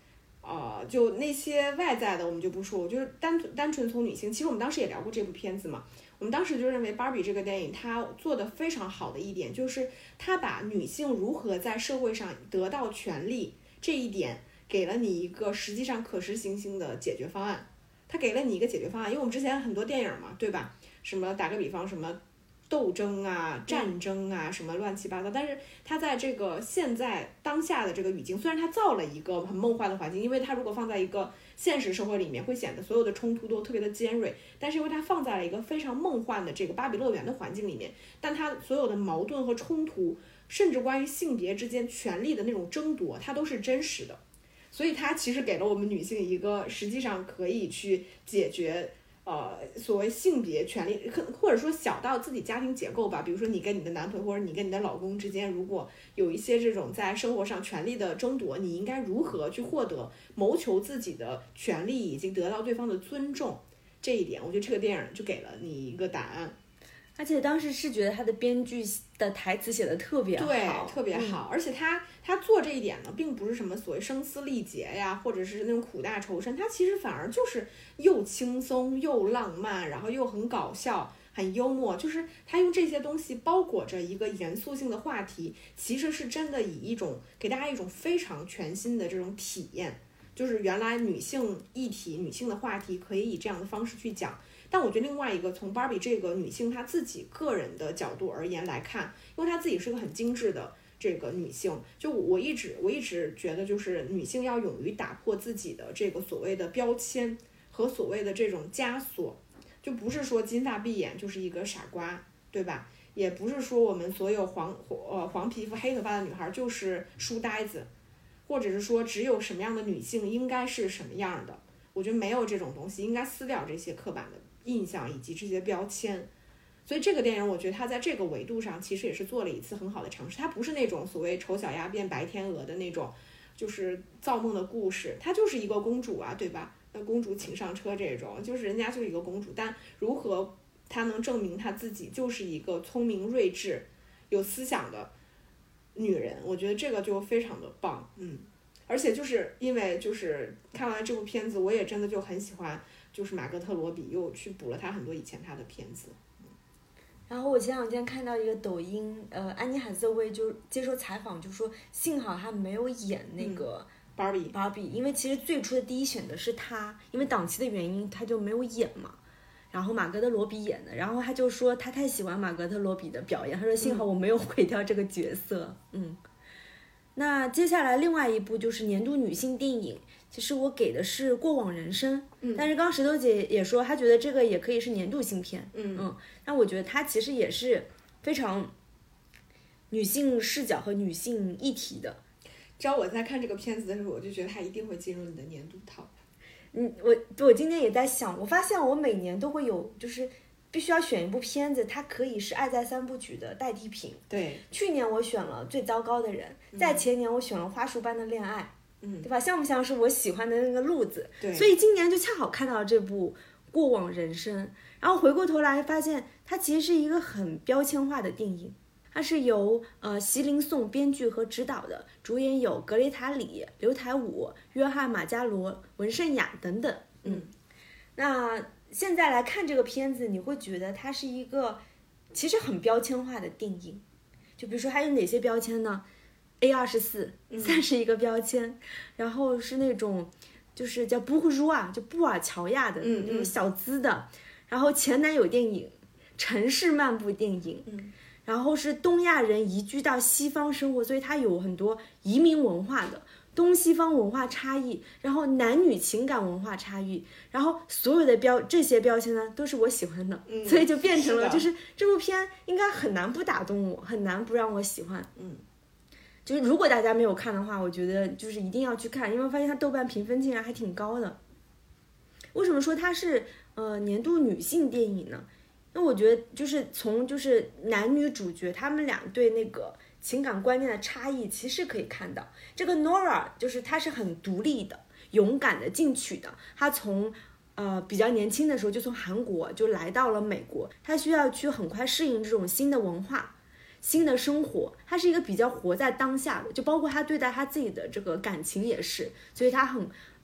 呃，就那些外在的我们就不说，我就是单单纯从女性，其实我们当时也聊过这部片子嘛。我们当时就认为 Barbie 这个电影它做的非常好的一点，就是它把女性如何在社会上得到权利这一点给了你一个实际上可实行性的解决方案。它给了你一个解决方案，因为我们之前很多电影嘛，对吧？什么打个比方，什么斗争啊、战争啊，什么乱七八糟。但是它在这个现在当下的这个语境，虽然它造了一个很梦幻的环境，因为它如果放在一个现实社会里面，会显得所有的冲突都特别的尖锐。但是因为它放在了一个非常梦幻的这个芭比乐园的环境里面，但它所有的矛盾和冲突，甚至关于性别之间权力的那种争夺，它都是真实的。所以它其实给了我们女性一个实际上可以去解决呃所谓性别权利，或者说小到自己家庭结构吧，比如说你跟你的男朋友或者你跟你的老公之间，如果有一些这种在生活上权利的争夺，你应该如何去获得谋求自己的权利以及得到对方的尊重，这一点我觉得这个电影就给了你一个答案。 而且当时是觉得他的编剧的台词写的特别好， 对，特别好。 嗯、 而且他他做这一点呢，并不是什么所谓声嘶力竭呀，或者是那种苦大仇深，他其实反而就是又轻松又浪漫，然后又很搞笑、很幽默。就是他用这些东西包裹着一个严肃性的话题，其实是真的以一种给大家一种非常全新的这种体验。就是原来女性议题、女性的话题可以以这样的方式去讲。但我觉得另外一个从 Barbie 这个女性她自己个人的角度而言来看，因为她自己是个很精致的这个女性，就我一直我一直觉得就是女性要勇于打破自己的这个所谓的标签和所谓的这种枷锁，就不是说金发碧眼就是一个傻瓜，对吧？也不是说我们所有黄呃黄皮肤黑头发的女孩就是书呆子，或者是说只有什么样的女性应该是什么样的。我觉得没有这种东西，应该撕掉这些刻板的印象以及这些标签。所以这个电影我觉得它在这个维度上其实也是做了一次很好的尝试。它不是那种所谓丑小鸭变白天鹅的那种就是造梦的故事，它就是一个公主啊，对吧？那公主请上车这种，就是人家就是一个公主，但如何她能证明她自己就是一个聪明睿智有思想的女人，我觉得这个就非常的棒。嗯，而且就是因为就是看完这部片子，我也真的就很喜欢，就是马格特罗比又去补了他很多以前他的片子。 然后我前两天看到一个抖音，呃，安妮海瑟薇就接受采访就说，幸好她没有演那个芭比， 芭比，因为其实最初的第一选的是她，因为档期的原因，她就没有演嘛。然后马格特罗比演的，然后他就说他太喜欢马格特罗比的表演，他说幸好我没有毁掉这个角色。嗯，那接下来另外一部就是年度女性电影，其实我给的是《过往人生》，嗯，但是刚石头姐也说她觉得这个也可以是年度新片，嗯嗯，那我觉得它其实也是非常女性视角和女性议题的。 只要我在看这个片子的时候，我就觉得它一定会进入你的年度 top。 嗯，我我今天也在想，我发现我每年都会有，就是必须要选一部片子，它可以是《爱在三部曲》的代替品。 对， 去年我选了《最糟糕的人》，在前年我选了《花束般的恋爱》，嗯，对吧？像不像是我喜欢的那个路子？ 对， 所以今年就恰好看到了这部《过往人生》，然后回过头来发现，它其实是一个很标签化的电影。它是由呃席琳颂编剧和执导的，主演有格雷塔里、刘台武、约翰马加罗、文胜雅等等。嗯，那现在来看这个片子，你会觉得它是一个其实很标签化的电影。就比如说它有哪些标签呢 ？A 二十四算是一个标签，然后是那种就是叫布鲁啊，就布尔乔亚的那种小资的，嗯嗯然后前男友电影、城市漫步电影。嗯然后是东亚人移居到西方生活，所以它有很多移民文化的东西方文化差异，然后男女情感文化差异，然后所有的标这些标签呢都是我喜欢的，嗯、所以就变成了就是这部片应该很难不打动我，很难不让我喜欢。嗯，就是如果大家没有看的话，我觉得就是一定要去看，因为我发现它豆瓣评分竟然还挺高的。为什么说它是呃年度女性电影呢？那我觉得就是从就是男女主角他们俩对那个情感观念的差异其实可以看到，这个 Nora 就是她是很独立的、勇敢的、进取的，她从呃比较年轻的时候就从韩国就来到了美国，她需要去很快适应这种新的文化、新的生活，她是一个比较活在当下的，就包括她对待她自己的这个感情也是，所以她很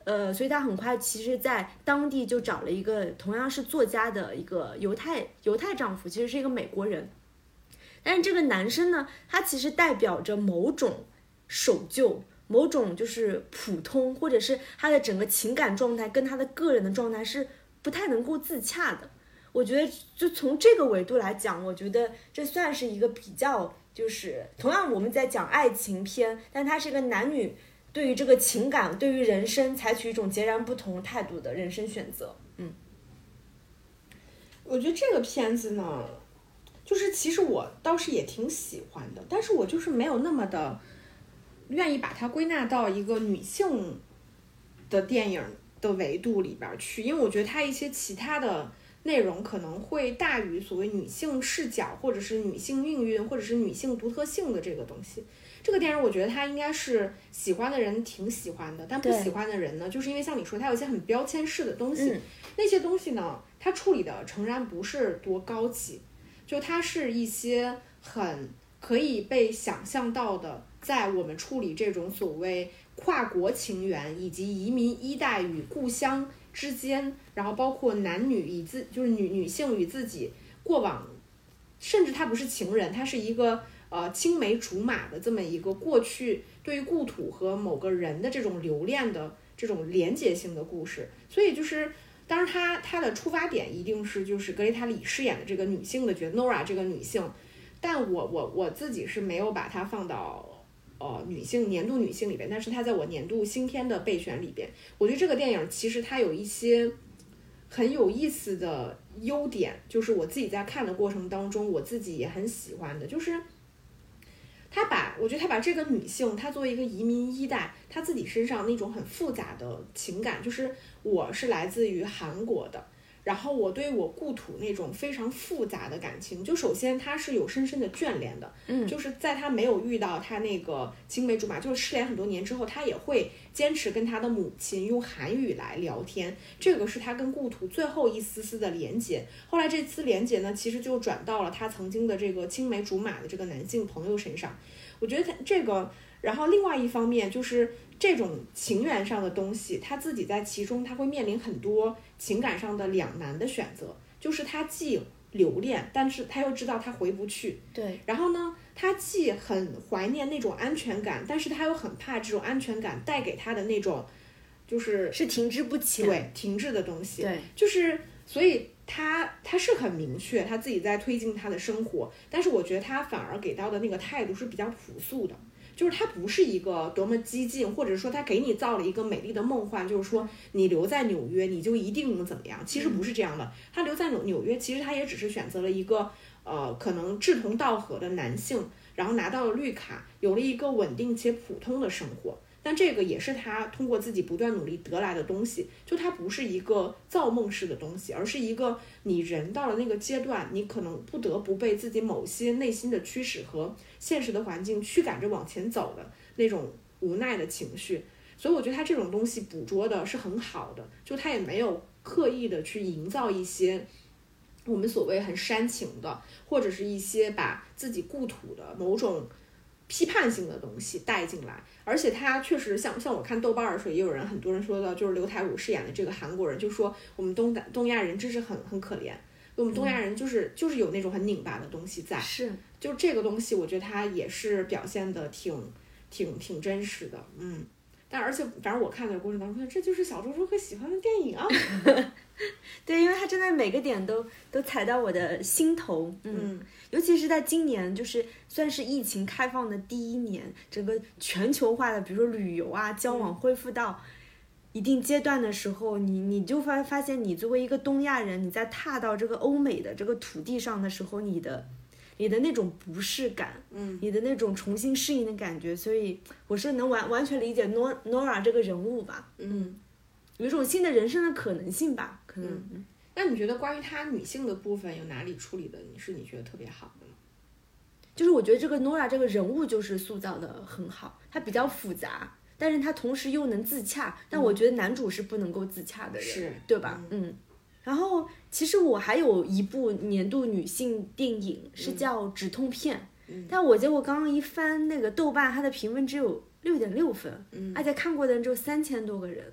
呃，所以他很快其实在当地就找了一个同样是作家的一个犹太犹太丈夫，其实是一个美国人。但是这个男生呢，他其实代表着某种守旧，某种就是普通，或者是他的整个情感状态跟他的个人的状态是不太能够自洽的。我觉得就从这个维度来讲，我觉得这算是一个比较，就是同样我们在讲爱情片，但它是一个男女对于这个情感，对于人生采取一种截然不同态度的人生选择。嗯， 我觉得这个片子呢，就是其实我倒是也挺喜欢的，但是我就是没有那么的愿意把它归纳到一个女性的电影的维度里边去，因为我觉得它一些其他的内容可能会大于所谓女性视角，或者是女性命运，或者是女性独特性的这个东西。这个电影我觉得它应该是喜欢的人挺喜欢的，但不喜欢的人呢，就是因为像你说它有一些很标签式的东西、嗯、那些东西呢它处理的诚然不是多高级，就它是一些很可以被想象到的，在我们处理这种所谓跨国情缘以及移民一代与故乡之间，然后包括男女以自就是女女性与自己过往，甚至它不是情人，它是一个呃青梅竹马的这么一个过去对于故土和某个人的这种留恋的这种连结性的故事。所以就是当然它它的出发点一定是就是格雷塔里饰演的这个女性的角色 Nora 这个女性，但我我我自己是没有把它放到呃女性年度女性里边，但是它在我年度新片的备选里边。我觉得这个电影其实它有一些很有意思的优点，就是我自己在看的过程当中我自己也很喜欢的，就是他把我觉得他把这个女性她作为一个移民一代，她自己身上那种很复杂的情感，就是我是来自于韩国的，然后我对我故土那种非常复杂的感情，就首先他是有深深的眷恋的，嗯，就是在他没有遇到他那个青梅竹马，就是失联很多年之后，他也会坚持跟他的母亲用韩语来聊天，这个是他跟故土最后一丝丝的连结。后来这次连结呢，其实就转到了他曾经的这个青梅竹马的这个男性朋友身上。我觉得他这个，然后另外一方面就是这种情缘上的东西，他自己在其中他会面临很多情感上的两难的选择，就是他既留恋，但是他又知道他回不去， 对， 然后呢他既很怀念那种安全感，但是他又很怕这种安全感带给他的那种就是是停滞不前， 对，停滞的东西， 对， 就是所以他他是很明确他自己在推进他的生活，但是我觉得他反而给到的那个态度是比较朴素的，就是他不是一个多么激进，或者说他给你造了一个美丽的梦幻，就是说你留在纽约你就一定能怎么样，其实不是这样的。他留在纽纽约，其实他也只是选择了一个呃可能志同道合的男性，然后拿到了绿卡，有了一个稳定且普通的生活。但这个也是他通过自己不断努力得来的东西，就它不是一个造梦式的东西，而是一个你人到了那个阶段，你可能不得不被自己某些内心的驱使和现实的环境驱赶着往前走的那种无奈的情绪。所以我觉得他这种东西捕捉的是很好的，就他也没有刻意的去营造一些我们所谓很煽情的，或者是一些把自己故土的某种批判性的东西带进来。而且他确实像像我看豆瓣的时候，也有人很多人说到，就是刘台武饰演的这个韩国人，就说我们东东亚人真是很很可怜，我们东亚人就是、嗯、就是有那种很拧巴的东西在， 是， 就这个东西我觉得他也是表现的挺挺挺真实的，嗯。但而且反正我看的过程当中，这就是小周周可喜欢的电影啊。 对，因为他真的每个点都都踩到我的心头，嗯，嗯尤其是在今年，就是算是疫情开放的第一年，整个全球化的，比如说旅游啊、交往恢复到一定阶段的时候，你你就发发现，你作为一个东亚人，你在踏到这个欧美的这个土地上的时候，你的你的那种不适感， 嗯， 你的那种重新适应的感觉，所以我是能完完全理解 Nora 这个人物吧，嗯。有一种新的人生的可能性吧，可能。 嗯、那你觉得关于她女性的部分有哪里处理的你是你觉得特别好的吗？ 就是我觉得这个 Nora 这个人物就是塑造的很好，她比较复杂，但是她同时又能自洽。但我觉得男主是不能够自洽的人， 是对吧？嗯。嗯然后其实我还有一部年度女性电影是叫《止痛片》，嗯、但我结果刚刚一翻那个豆瓣，它的评分只有六点六分，嗯，而且看过的人只有三千多个人。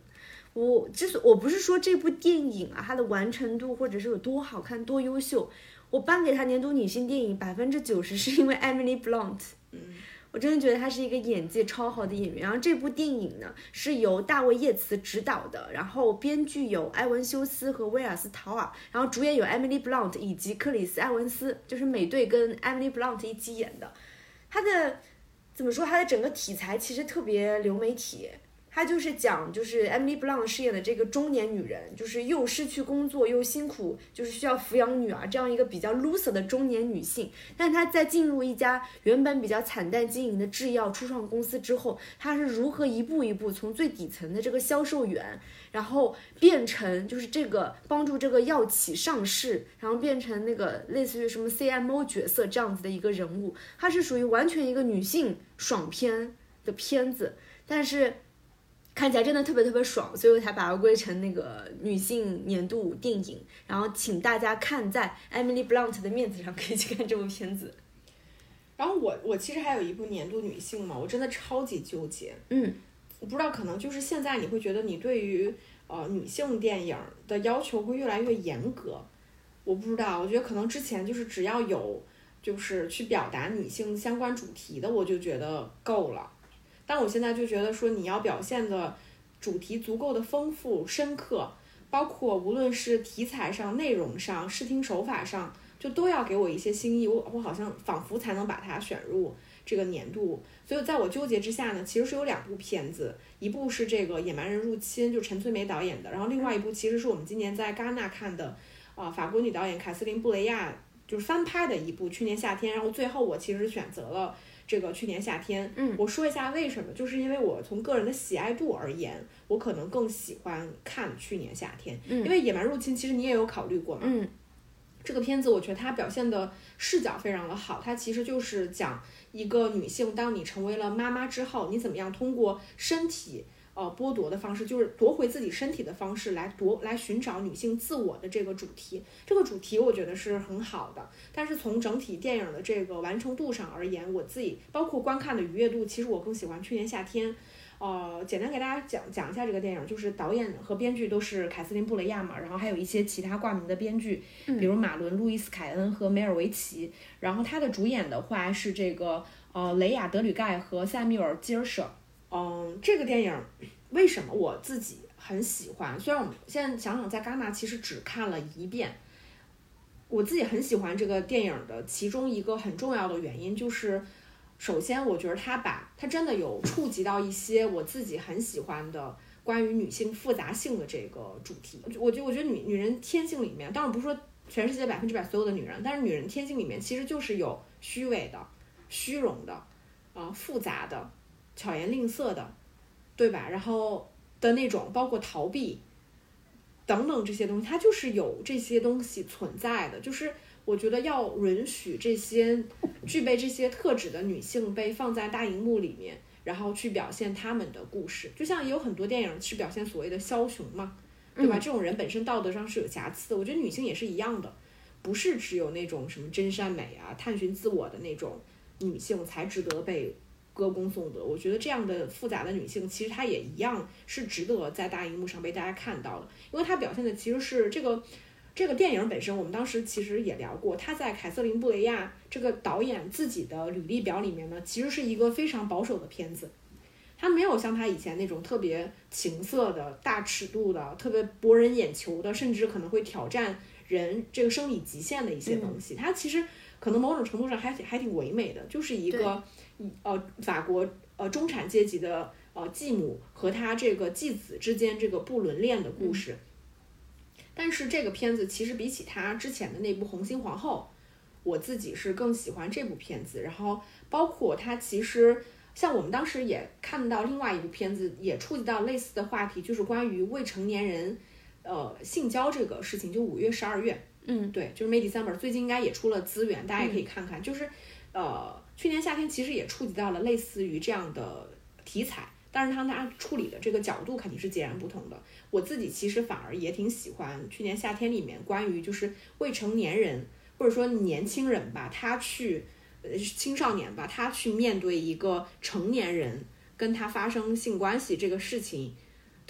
我之所我不是说这部电影啊它的完成度或者是有多好看多优秀，我颁给她年度女性电影百分之九十是因为 Emily Blunt。嗯。我真的觉得她是一个演技超好的演员。然后这部电影呢是由大卫叶茨执导的，然后编剧有埃文休斯和威尔斯陶尔，然后主演有 Emily Blunt 以及克里斯埃文斯，就是美队跟 Emily Blunt 一起演的。她的怎么说，她的整个题材其实特别流媒体。她就是讲，就是 Emily Blunt 饰演的这个中年女人，就是又失去工作又辛苦，就是需要抚养女儿这样一个比较 loser 的中年女性。但她在进入一家原本比较惨淡经营的制药初创公司之后，她是如何一步一步从最底层的这个销售员，然后变成就是这个帮助这个药企上市，然后变成那个类似于什么 C M O 角色这样子的一个人物。她是属于完全一个女性爽片的片子，但是看起来真的特别特别爽，所以我才把它归成那个女性年度电影。然后请大家看在 Emily Blunt 的面子上可以去看这部片子。 然后我我其实还有一部年度女性嘛，我真的超级纠结。 嗯， 我不知道可能就是现在你会觉得你对于呃女性电影的要求会越来越严格，我不知道，我觉得可能之前就是只要有就是去表达女性相关主题的我就觉得够了。但我现在就觉得说你要表现的主题足够的丰富深刻，包括无论是题材上内容上视听手法上就都要给我一些新意，我我好像仿佛才能把它选入这个年度。所以在我纠结之下呢，其实是有两部片子，一部是这个野蛮人入侵，就陈翠梅导演的，然后另外一部其实是我们今年在戛纳看的啊、呃，法国女导演凯瑟琳布雷亚就是翻拍的一部去年夏天，然后最后我其实选择了这个去年夏天。 嗯， 我说一下为什么，就是因为我从个人的喜爱度而言，我可能更喜欢看去年夏天。 嗯， 因为野蛮入侵其实你也有考虑过嘛。 嗯， 这个片子我觉得它表现的视角非常的好，它其实就是讲一个女性当你成为了妈妈之后，你怎么样通过身体呃剥夺的方式，就是夺回自己身体的方式来夺来寻找女性自我的这个主题。这个主题我觉得是很好的，但是从整体电影的这个完成度上而言，我自己包括观看的愉悦度，其实我更喜欢去年夏天。呃，简单给大家讲讲一下这个电影，就是导演和编剧都是凯瑟琳布雷亚嘛，然后还有一些其他挂名的编剧，比如马伦路易斯凯恩和梅尔维奇。然后他的主演的话是这个呃雷亚德吕盖和塞缪尔基尔舍。嗯，这个电影为什么我自己很喜欢？虽然我们现在想想在戛纳其实只看了一遍，我自己很喜欢这个电影的其中一个很重要的原因就是。首先我觉得他把他真的有触及到一些我自己很喜欢的关于女性复杂性的这个主题。我就我觉得女女人天性里面，当然不是说全世界百分之百所有的女人，但是女人天性里面其实就是有虚伪的、虚荣的、啊、呃、复杂的、巧言令色的，对吧？然后的那种包括逃避等等这些东西，它就是有这些东西存在的，就是。我觉得要允许这些具备这些特质的女性被放在大荧幕里面，然后去表现她们的故事。就像也有很多电影是表现所谓的枭雄嘛，对吧？嗯、这种人本身道德上是有瑕疵的。我觉得女性也是一样的，不是只有那种什么真善美啊、探寻自我的那种女性才值得被歌功颂德。我觉得这样的复杂的女性，其实她也一样是值得在大荧幕上被大家看到的，因为她表现的其实是这个。这个电影本身我们当时其实也聊过，他在凯瑟琳布雷亚这个导演自己的履历表里面呢，其实是一个非常保守的片子，他没有像他以前那种特别情色的大尺度的特别博人眼球的，甚至可能会挑战人这个生理极限的一些东西，他、嗯、其实可能某种程度上还还挺唯美的，就是一个呃法国呃中产阶级的呃继母和他这个继子之间这个不伦恋的故事。嗯，但是这个片子其实比起他之前的那部《红心皇后》，我自己是更喜欢这部片子。然后包括他其实像我们当时也看到另外一部片子，也触及到类似的话题，就是关于未成年人呃性交这个事情。就五月十二月， 嗯， 对，就是 May December 最近应该也出了资源，大家也可以看看。嗯、就是呃去年夏天其实也触及到了类似于这样的题材。但是他他处理的这个角度肯定是截然不同的。我自己其实反而也挺喜欢去年夏天里面关于就是未成年人或者说年轻人吧，他去呃青少年吧，他去面对一个成年人跟他发生性关系这个事情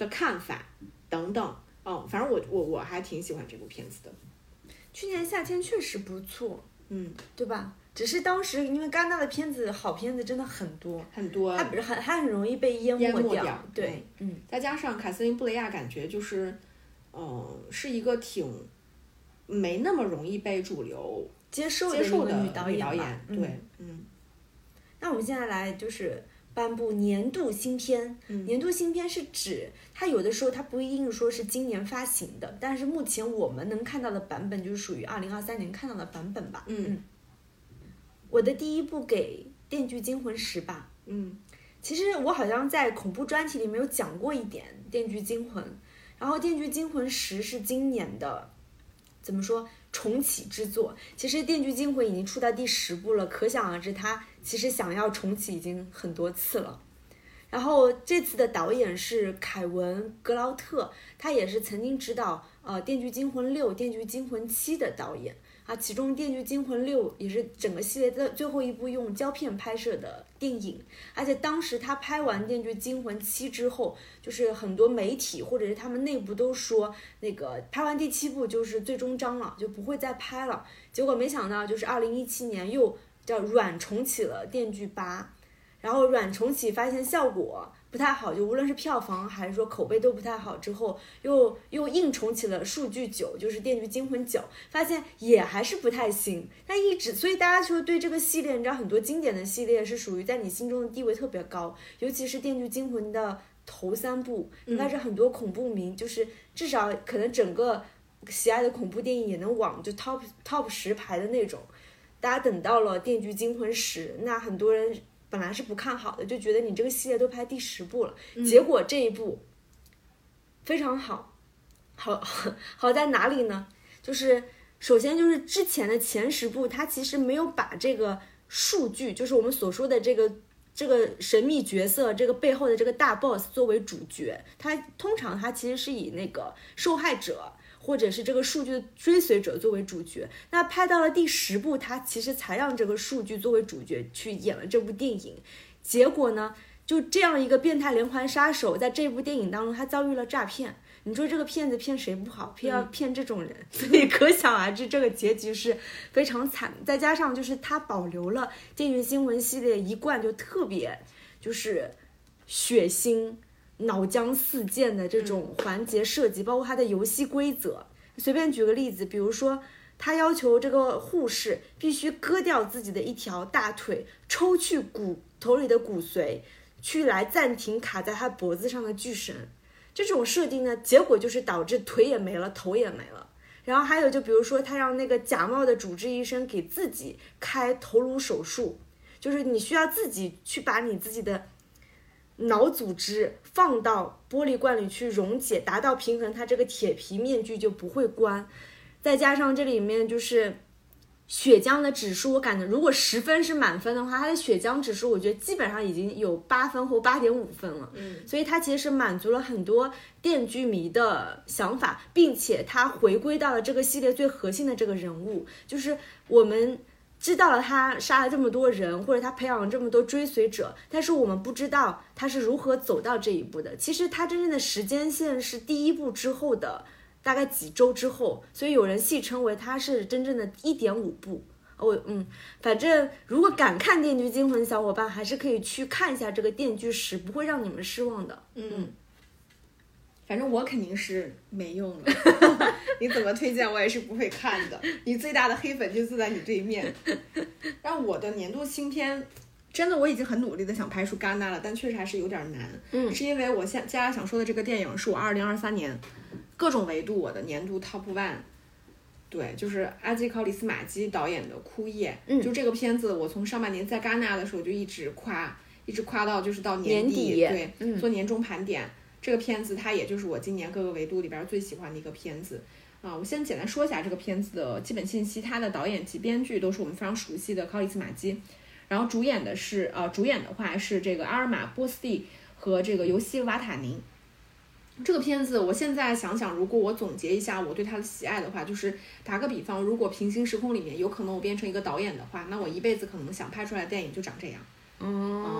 的看法等等。嗯，反正我我我还挺喜欢这部片子的。 去年夏天确实不错， 嗯， 对吧？只是当时因为戛纳的片子好片子真的很多很多， 它很它很容易被淹淹没掉。掉对，嗯， 再加上凯瑟琳布雷亚，感觉就是，呃，是一个挺没那么容易被主流接受接受的女导演。 导演嗯、 对，嗯。 那我们现在来就是颁布年度新片。 嗯、 年度新片是指它有的时候它不一定说是今年发行的，但是目前我们能看到的版本就是属于二零二三年看到的版本吧。 嗯。 嗯我的第一部给《电锯惊魂十》吧。 嗯， 其实我好像在恐怖专题里面有讲过一点《电锯惊魂》，然后《电锯惊魂十》是今年的怎么说重启之作。其实《电锯惊魂》已经出到第十部了，可想而知它其实想要重启已经很多次了。然后这次的导演是凯文·格劳特，他也是曾经指导呃《电锯惊魂六》《电锯惊魂七》的导演。啊，其中《电锯惊魂六》也是整个系列的最后一部用胶片拍摄的电影，而且当时他拍完《电锯惊魂七》之后，就是很多媒体或者是他们内部都说，那个拍完第七部就是最终章了，就不会再拍了。结果没想到，就是二零一七年又叫软重启了《电锯八》，然后软重启发现效果不太好，就无论是票房还是说口碑都不太好，之后又又硬重启了数据九，就是《电锯惊魂九》，发现也还是不太行。但一直，所以大家就对这个系列，你知道很多经典的系列是属于在你心中的地位特别高，尤其是《电锯惊魂》的头三部，应该是很多恐怖迷，就是至少可能整个喜爱的恐怖电影也能往就 top top 十排的那种。大家等到了《电锯惊魂十》，那很多人本来是不看好的，就觉得你这个系列都拍第十部了，嗯、结果这一部非常好，好好在哪里呢？就是首先就是之前的前十部，它其实没有把这个数据，就是我们所说的这个这个神秘角色，这个背后的这个大 boss 作为主角，它通常它其实是以那个受害者或者是这个数据的追随者作为主角。那拍到了第十部，他其实才让这个数据作为主角去演了这部电影。结果呢，就这样一个变态连环杀手，在这部电影当中他遭遇了诈骗。你说这个骗子骗谁不好，偏要骗这种人，嗯、所以可想而知这个结局是非常惨。再加上就是他保留了《电锯惊魂》系列一贯就特别就是血腥脑浆四溅的这种环节设计，包括它的游戏规则。随便举个例子，比如说他要求这个护士必须割掉自己的一条大腿，抽去骨头里的骨髓，去来暂停卡在他脖子上的巨绳。这种设定呢，结果就是导致腿也没了，头也没了。然后还有就比如说他让那个假冒的主治医生给自己开头颅手术，就是你需要自己去把你自己的脑组织放到玻璃罐里去溶解，达到平衡，它这个铁皮面具就不会关。再加上这里面就是血浆的指数，我感觉如果十分是满分的话，它的血浆指数我觉得基本上已经有八分或八点五分了。嗯，所以它其实是满足了很多电锯迷的想法，并且它回归到了这个系列最核心的这个人物，就是我们知道了他杀了这么多人，或者他培养了这么多追随者，但是我们不知道他是如何走到这一步的。其实他真正的时间线是第一部之后的大概几周之后，所以有人戏称为他是真正的 一点五 部。哦，嗯，反正如果敢看《电锯惊魂》的小伙伴，还是可以去看一下这个《电锯十》，不会让你们失望的。 嗯，反正我肯定是没用了。你怎么推荐我也是不会看的。你最大的黑粉就坐在你对面。然后我的年度新片，真的我已经很努力的想排除戛纳了，但确实还是有点难。嗯，是因为我现接下来想说的这个电影是我二零二三年各种维度我的年度 top one。对，就是阿基考里斯马基导演的《枯叶》。嗯，就这个片子，我从上半年在戛纳的时候就一直夸，一直夸到就是到年底， 年底对、嗯，做年终盘点。这个片子它也就是我今年各个维度里边最喜欢的一个片子啊。我先简单说一下这个片子的基本信息，它的导演及编剧都是我们非常熟悉的考里斯马基，然后主演的是呃主演的话是这个阿尔玛波斯蒂和这个尤西瓦塔宁。这个片子我现在想想，如果我总结一下我对它的喜爱的话，就是打个比方，如果平行时空里面有可能我变成一个导演的话，那我一辈子可能想拍出来的电影就长这样。 嗯，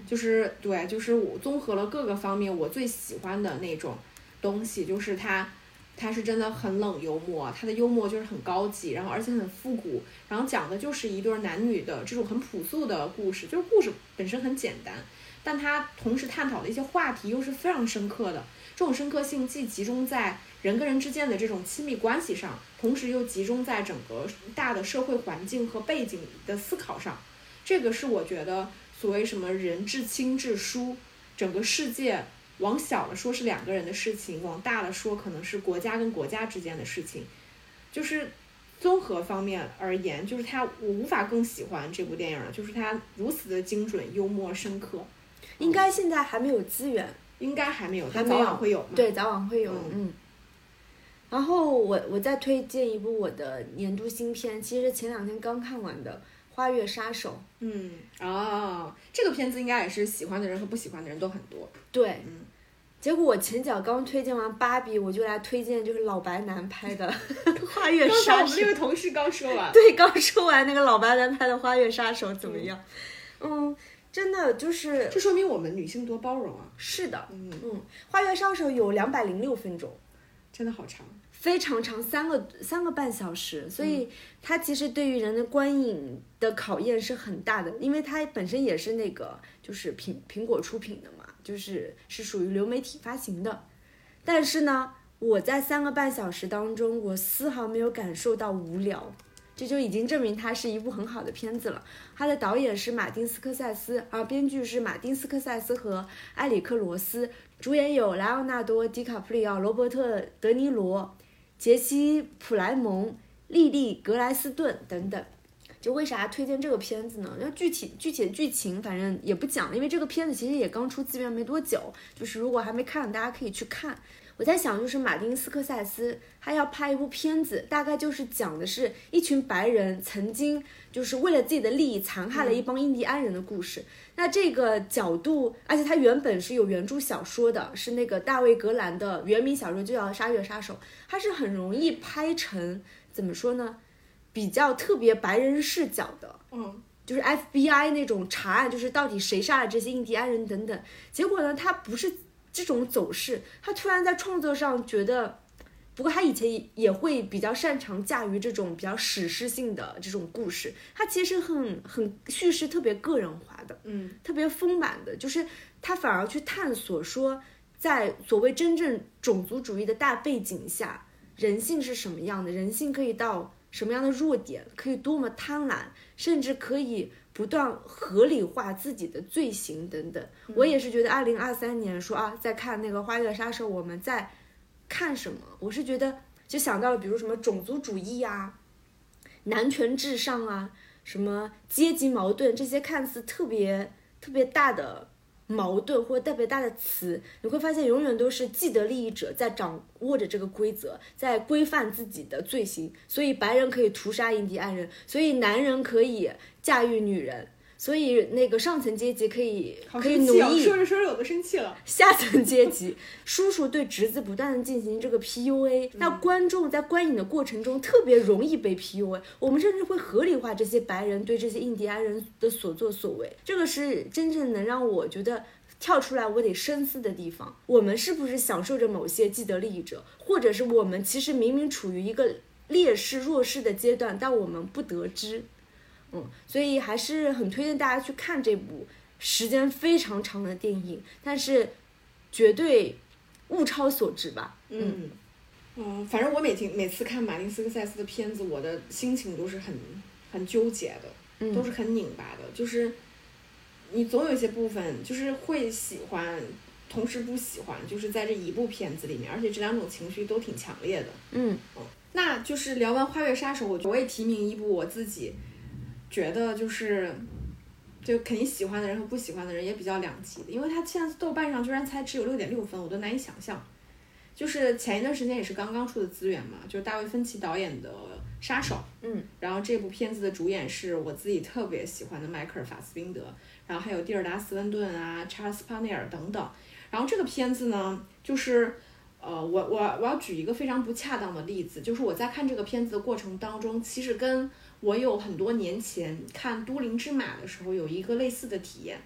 就是对，就是我综合了各个方面我最喜欢的那种东西，就是它。它是真的很冷幽默，它的幽默就是很高级，然后而且很复古，然后讲的就是一对男女的这种很朴素的故事，就是故事本身很简单，但它同时探讨的一些话题又是非常深刻的，这种深刻性既集中在人跟人之间的这种亲密关系上，同时又集中在整个大的社会环境和背景的思考上。这个是我觉得所谓什么人至亲至疏，整个世界往小了说是两个人的事情，往大了说可能是国家跟国家之间的事情，就是综合方面而言，就是他我无法更喜欢这部电影了，就是他如此的精准、幽默、深刻。 应该现在还没有资源， 应该还没有， 还没有， 早晚会有嘛？ 对，早晚会有， 嗯。 嗯然后我我再推荐一部我的年度新片，其实前两天刚看完的《花月杀手》。 嗯哦，这个片子应该也是喜欢的人和不喜欢的人都很多。 对， 嗯。 结果我前脚刚推荐完芭比，我就来推荐就是老白男拍的《花月杀手》。 刚才我们那位同事刚说完。 对，刚说完那个老白男拍的《花月杀手》怎么样？嗯。嗯真的就是， 这说明我们女性多包容啊！ 是的， 嗯嗯，《花月杀手》有两百零六分钟， 真的好长， 非常长，三个三个半小时，所以它其实对于人的观影的考验是很大的，因为它本身也是那个就是苹苹果出品的嘛，就是是属于流媒体发行的，但是呢，我在三个半小时当中，我丝毫没有感受到无聊。这就已经证明它是一部很好的片子了。它的导演是马丁斯科塞斯，而编剧是马丁斯科塞斯和埃里克罗斯，主演有莱昂纳多·迪卡普里奥、罗伯特·德尼罗、杰西·普莱蒙、莉莉·格莱斯顿等等。就为啥推荐这个片子呢？那具体具体的剧情反正也不讲，因为这个片子其实也刚出资源没多久，就是如果还没看，大家可以去看。我在想，就是马丁斯科塞斯他要拍一部片子，大概就是讲的是一群白人曾经就是为了自己的利益残害了一帮印第安人的故事。嗯、那这个角度，而且他原本是有原著小说的，是那个大卫格兰的原名小说就叫《杀月杀手》，他是很容易拍成怎么说呢，比较特别白人视角的。 嗯。 就是 F B I 那种查案，就是到底谁杀了这些印第安人等等。结果呢，他不是这种走势，他突然在创作上觉得，不过他以前也会比较擅长驾驭这种比较史诗性的这种故事，他其实很很叙事特别个人化的， 嗯， 特别丰满的，就是他反而去探索说，在所谓真正种族主义的大背景下，人性是什么样的，人性可以到什么样的弱点，可以多么贪婪，甚至可以不断合理化自己的罪行等等。嗯、我也是觉得二零二三年说啊，在看那个《花月杀手》，我们在看什么？我是觉得就想到了，比如什么种族主义啊、男权至上啊、什么阶级矛盾，这些看似特别特别大的矛盾或者特别大的词，你会发现永远都是既得利益者在掌握着这个规则，在规范自己的罪行。所以白人可以屠杀印第安人，所以男人可以驾驭女人，所以那个上层阶级可以可以奴役， 说着说着我都生气了。 下层阶级叔叔对侄子不断的进行这个 P U A， 那观众在观影的过程中特别容易被 P U A， 我们甚至会合理化这些白人对这些印第安人的所作所为，这个是真正能让我觉得跳出来我得深思的地方。我们是不是享受着某些既得利益者，或者是我们其实明明处于一个劣势弱势的阶段，但我们不得知。嗯，所以还是很推荐大家去看这部时间非常长的电影，但是绝对物超所值吧。 嗯嗯，反正我每天每次看马丁斯科塞斯的片子，我的心情都是很很纠结的， 嗯、 都是很拧巴的，就是你总有一些部分就是会喜欢，同时不喜欢，就是在这一部片子里面，而且这两种情绪都挺强烈的。 嗯嗯，那就是聊完《花月杀手》，我我也提名一部我自己觉得就是就肯定喜欢的人和不喜欢的人也比较两极的，因为他现在豆瓣上居然才只有六点六分，我都难以想象。就是前一段时间也是刚刚出的资源嘛，就是大卫芬奇导演的《杀手》， 嗯， 然后这部片子的主演是我自己特别喜欢的迈克尔·法斯宾德，然后还有蒂尔达·斯温顿啊、查尔斯·帕内尔等等。然后这个片子呢，就是呃，我我我要举一个非常不恰当的例子，就是我在看这个片子的过程当中，其实跟我有很多年前看《都灵之马》的时候有一个类似的体验。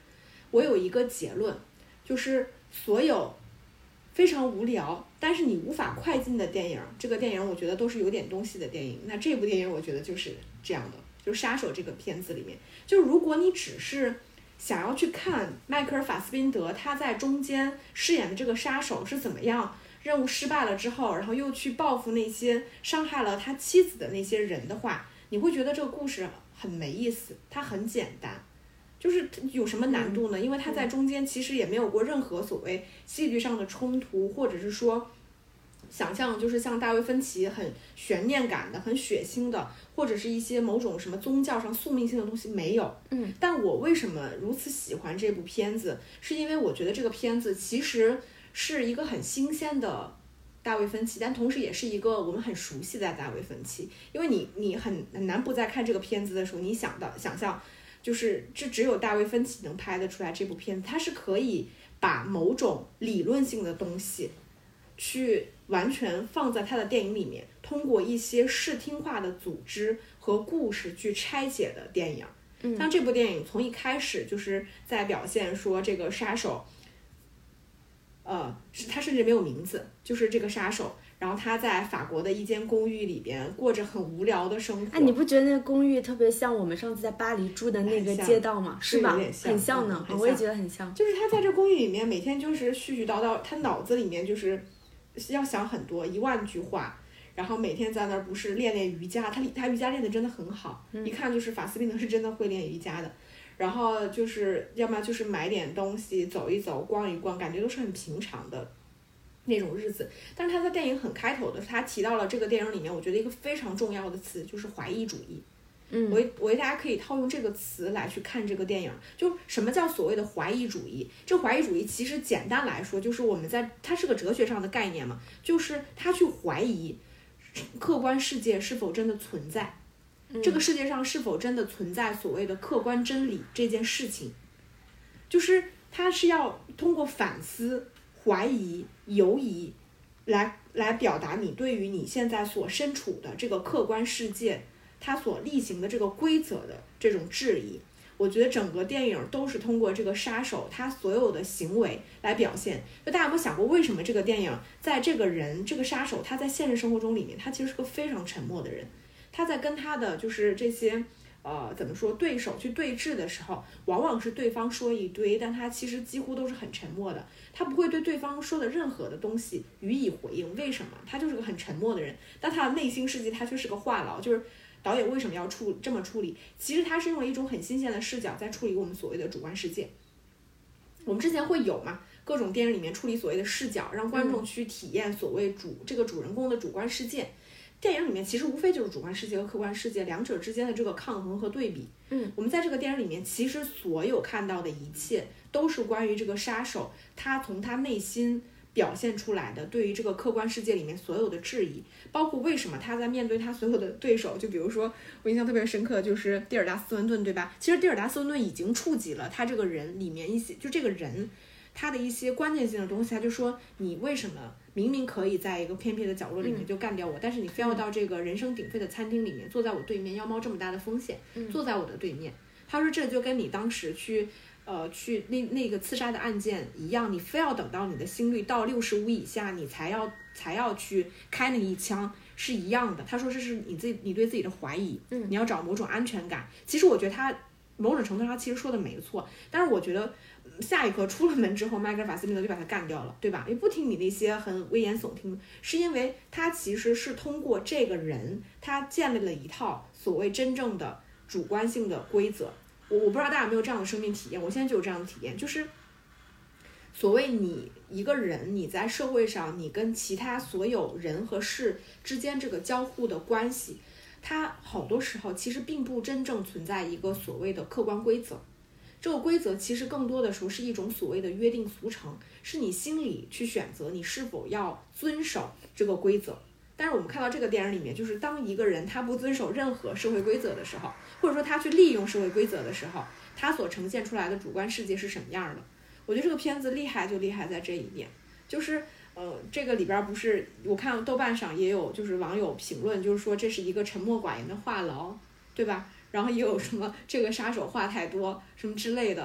我有一个结论，就是所有非常无聊但是你无法快进的电影，这个电影我觉得都是有点东西的电影。那这部电影我觉得就是这样的，就是杀手这个片子里面，就如果你只是想要去看迈克尔·法斯宾德他在中间饰演的这个杀手是怎么样任务失败了之后，然后又去报复那些伤害了他妻子的那些人的话，你会觉得这个故事很没意思，它很简单。就是有什么难度呢？因为他在中间其实也没有过任何所谓戏剧上的冲突，或者是说想象就是像大卫芬奇很悬念感的、很血腥的，或者是一些某种什么宗教上宿命性的东西没有。 嗯， 但我为什么如此喜欢这部片子，是因为我觉得这个片子其实是一个很新鲜的大卫芬奇，但同时也是一个我们很熟悉的大卫芬奇。因为你你很很难不在看这个片子的时候，你想到想象。就是这只有大卫芬奇能拍得出来这部片子，它是可以把某种理论性的东西去完全放在他的电影里面，通过一些视听化的组织和故事去拆解的电影。 嗯， 像这部电影从一开始就是在表现说这个杀手呃，他甚至没有名字，就是这个杀手，然后他在法国的一间公寓里边过着很无聊的生活。 哎，你不觉得那个公寓特别像我们上次在巴黎住的那个街道吗？是吧？很像呢、嗯，我也觉得很像。 就是他在这公寓里面每天就是絮絮叨叨，他脑子里面就是要想很多，一万句话，然后每天在那儿不是练练瑜伽，他他瑜伽练的真的很好、嗯，一看就是法斯宾德是真的会练瑜伽的。然后就是要么就是买点东西走一走逛一逛，感觉都是很平常的那种日子。但是他在电影很开头的他提到了这个电影里面我觉得一个非常重要的词，就是怀疑主义。 嗯， 我我为大家可以套用这个词来去看这个电影，就什么叫所谓的怀疑主义。这怀疑主义其实简单来说就是我们在它是个哲学上的概念嘛，就是他去怀疑客观世界是否真的存在，这个世界上是否真的存在所谓的客观真理这件事情。就是他是要通过反思、怀疑、犹疑来来表达你对于你现在所身处的这个客观世界它所例行的这个规则的这种质疑。我觉得整个电影都是通过这个杀手他所有的行为来表现。就大家有没有想过，为什么这个电影在这个人这个杀手他在现实生活中里面他其实是个非常沉默的人，他在跟他的就是这些呃怎么说对手去对峙的时候，往往是对方说一堆，但他其实几乎都是很沉默的，他不会对对方说的任何的东西予以回应。为什么？他就是个很沉默的人，但他的内心世界他却是个话痨。就是导演为什么要处这么处理，其实他是用了一种很新鲜的视角在处理我们所谓的主观世界。我们之前会有嘛，各种电影里面处理所谓的视角，让观众去体验所谓主、嗯、这个主人公的主观世界。电影里面其实无非就是主观世界和客观世界两者之间的这个抗衡和对比。 嗯， 我们在这个电影里面其实所有看到的一切都是关于这个杀手他从他内心表现出来的对于这个客观世界里面所有的质疑，包括为什么他在面对他所有的对手，就比如说我印象特别深刻的就是蒂尔达斯文顿，对吧？其实蒂尔达斯文顿已经触及了他这个人里面一些，就这个人他的一些关键性的东西。他就说你为什么明明可以在一个偏僻的角落里面就干掉我、嗯、但是你非要到这个人声鼎沸的餐厅里面坐在我对面，要冒这么大的风险、嗯、坐在我的对面。他说这就跟你当时去呃，去那那个刺杀的案件一样，你非要等到你的心率到六十五以下，你才要才要去开那一枪，是一样的。他说这是你自己你对自己的怀疑， 嗯， 你要找某种安全感。其实我觉得他某种程度上其实说的没错，但是我觉得下一刻出了门之后，迈克尔·法斯宾德就把他干掉了，对吧？也不听你那些很危言耸听，是因为他其实是通过这个人，他建立了一套所谓真正的主观性的规则。我我不知道大家有没有这样的生命体验，我现在就有这样的体验，就是所谓你一个人你在社会上你跟其他所有人和事之间这个交互的关系，它好多时候其实并不真正存在一个所谓的客观规则。这个规则其实更多的时候是一种所谓的约定俗成，是你心里去选择你是否要遵守这个规则。但是我们看到这个电影里面，就是当一个人他不遵守任何社会规则的时候，或者说他去利用社会规则的时候，他所呈现出来的主观世界是什么样的。我觉得这个片子厉害就厉害在这一点，就是呃，这个里边不是我看豆瓣上也有就是网友评论，就是说这是一个沉默寡言的话痨，对吧？然后也有什么这个杀手话太多什么之类的，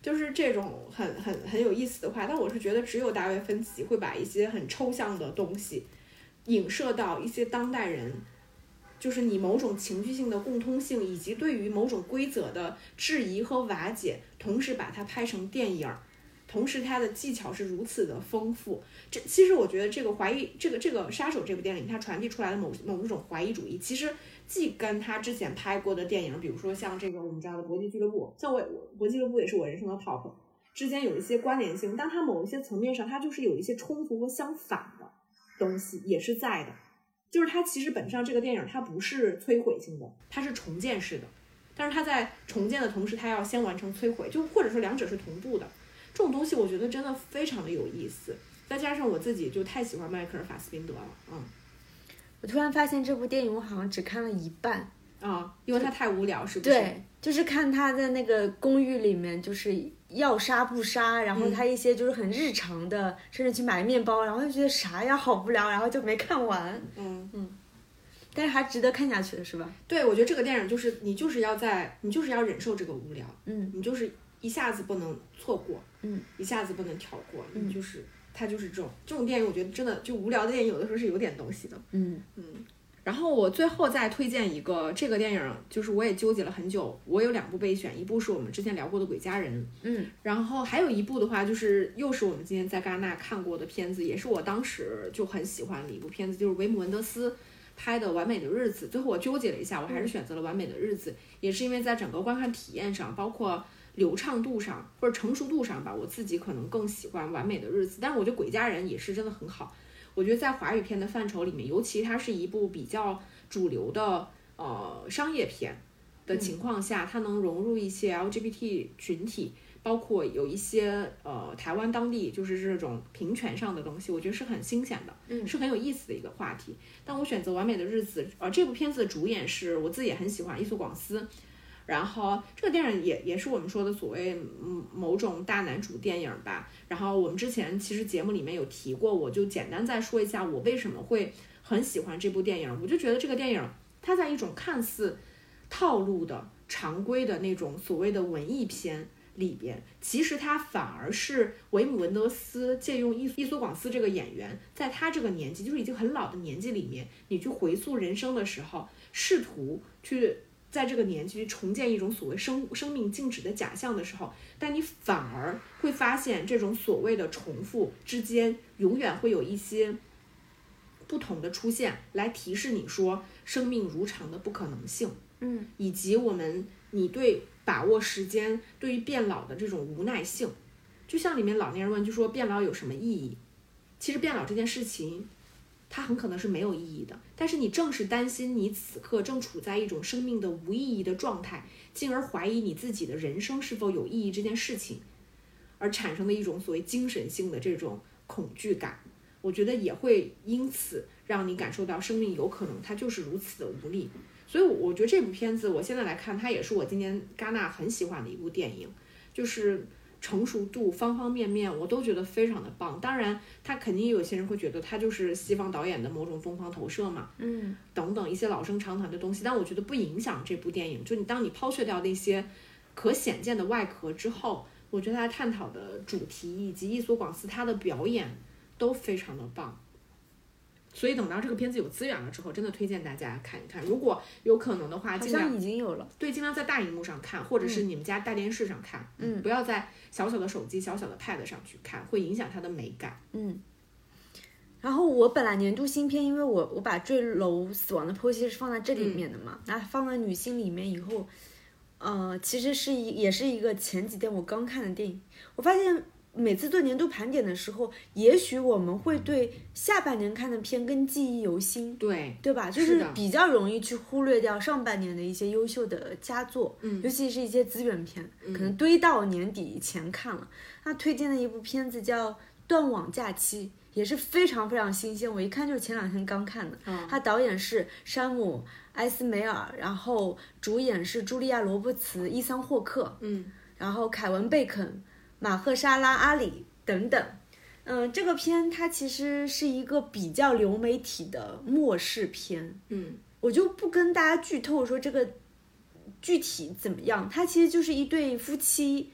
就是这种很很很有意思的话。但我是觉得只有大卫芬奇会把一些很抽象的东西影射到一些当代人，就是你某种情绪性的共通性，以及对于某种规则的质疑和瓦解，同时把它拍成电影，同时它的技巧是如此的丰富。这其实我觉得这个怀疑，这个这个杀手这部电影它传递出来的某某一种怀疑主义，其实既跟他之前拍过的电影，比如说像这个我们知道的搏击俱乐部，像我我搏击俱乐部也是我人生的 top 之间有一些关联性，但它某一些层面上它就是有一些冲突和相反的东西也是在的。就是它其实本质上这个电影它不是摧毁性的，它是重建式的，但是它在重建的同时它要先完成摧毁，就或者说两者是同步的。这种东西我觉得真的非常的有意思，再加上我自己就太喜欢迈克尔·法斯宾德了。嗯， 我突然发现这部电影我好像只看了一半啊，因为它太无聊，是不是？ 对，就是看他在那个公寓里面，就是要杀不杀，然后他一些就是很日常的，嗯、甚至去买面包，然后就觉得啥呀好无聊，然后就没看完。 嗯嗯，但是还值得看下去的是吧？ 对，我觉得这个电影就是你就是要在你就是要忍受这个无聊， 嗯， 你就是一下子不能错过， 嗯， 一下子不能跳过， 嗯、 你就是它就是这种这种电影，我觉得真的就无聊的电影有的时候是有点东西的。 嗯嗯。然后我最后再推荐一个，这个电影就是我也纠结了很久，我有两部备选，一部是我们之前聊过的《鬼家人》， 嗯， 然后还有一部的话就是又是我们今天在戛纳看过的片子，也是我当时就很喜欢的一部片子，就是维姆文德斯拍的《完美的日子》。最后我纠结了一下，我还是选择了《完美的日子》，也是因为在整个观看体验上，包括流畅度上或者成熟度上吧，我自己可能更喜欢《完美的日子》，但是我觉得《鬼家人》也是真的很好。我觉得在华语片的范畴里面，尤其它是一部比较主流的呃商业片的情况下，它能融入一些 L G B T 群体，包括有一些呃台湾当地就是这种平权上的东西，我觉得是很新鲜的， 嗯， 是很有意思的一个话题。但我选择《完美的日子》，呃，这部片子的主演是我自己也很喜欢伊索广司。然后这个电影也也是我们说的所谓嗯某种大男主电影吧。然后我们之前其实节目里面有提过，我就简单再说一下我为什么会很喜欢这部电影。我就觉得这个电影它在一种看似套路的常规的那种所谓的文艺片里边，其实它反而是维姆文德斯借用伊伊索广司这个演员，在他这个年纪就是已经很老的年纪里面，你去回溯人生的时候，试图去在这个年纪去重建一种所谓生生命静止的假象的时候，但你反而会发现这种所谓的重复之间永远会有一些不同的出现，来提示你说生命如常的不可能性， 嗯， 以及我们你对把握时间对于变老的这种无奈性。就像里面老年人问就说变老有什么意义，其实变老这件事情它很可能是没有意义的，但是你正是担心你此刻正处在一种生命的无意义的状态，进而怀疑你自己的人生是否有意义这件事情，而产生的一种所谓精神性的这种恐惧感，我觉得也会因此让你感受到生命有可能它就是如此的无力。所以我觉得这部片子我现在来看，它也是我今年戛纳很喜欢的一部电影，就是成熟度方方面面我都觉得非常的棒。当然他肯定有些人会觉得他就是西方导演的某种疯狂投射嘛， 嗯， 等等一些老生常谈的东西，但我觉得不影响这部电影。就你当你抛却掉那些可显见的外壳之后，我觉得他探讨的主题以及伊索广司他的表演都非常的棒。所以等到这个片子有资源了之后，真的推荐大家看一看。如果有可能的话，尽量好像已经有了， 对，尽量在大荧幕上看，或者是你们家大电视上看， 嗯， 不要在小小的手机、小小的 pad 上去看，会影响它的美感。 嗯。然后我本来年度新片，因为我我把坠楼死亡的剖析是放在这里面的嘛，那、嗯、放在女性里面以后，呃，其实是一也是一个前几天我刚看的电影，我发现。每次做年度盘点的时候，也许我们会对下半年看的片更记忆犹新， 对对吧？就是比较容易去忽略掉上半年的一些优秀的佳作， 嗯， 尤其是一些资源片， 嗯、 可能堆到年底前看了。他推荐的一部片子叫《断网假期》，也是非常非常新鲜，我一看就是前两天刚看的。 嗯， 他导演是山姆·埃斯梅尔，然后主演是茱莉亚·罗伯茨、伊桑·霍克， 嗯， 然后凯文·贝肯。马赫沙拉阿里等等，嗯、呃，这个片它其实是一个比较流媒体的末世片， 嗯， 我就不跟大家剧透说这个具体怎么样，它其实就是一对夫妻，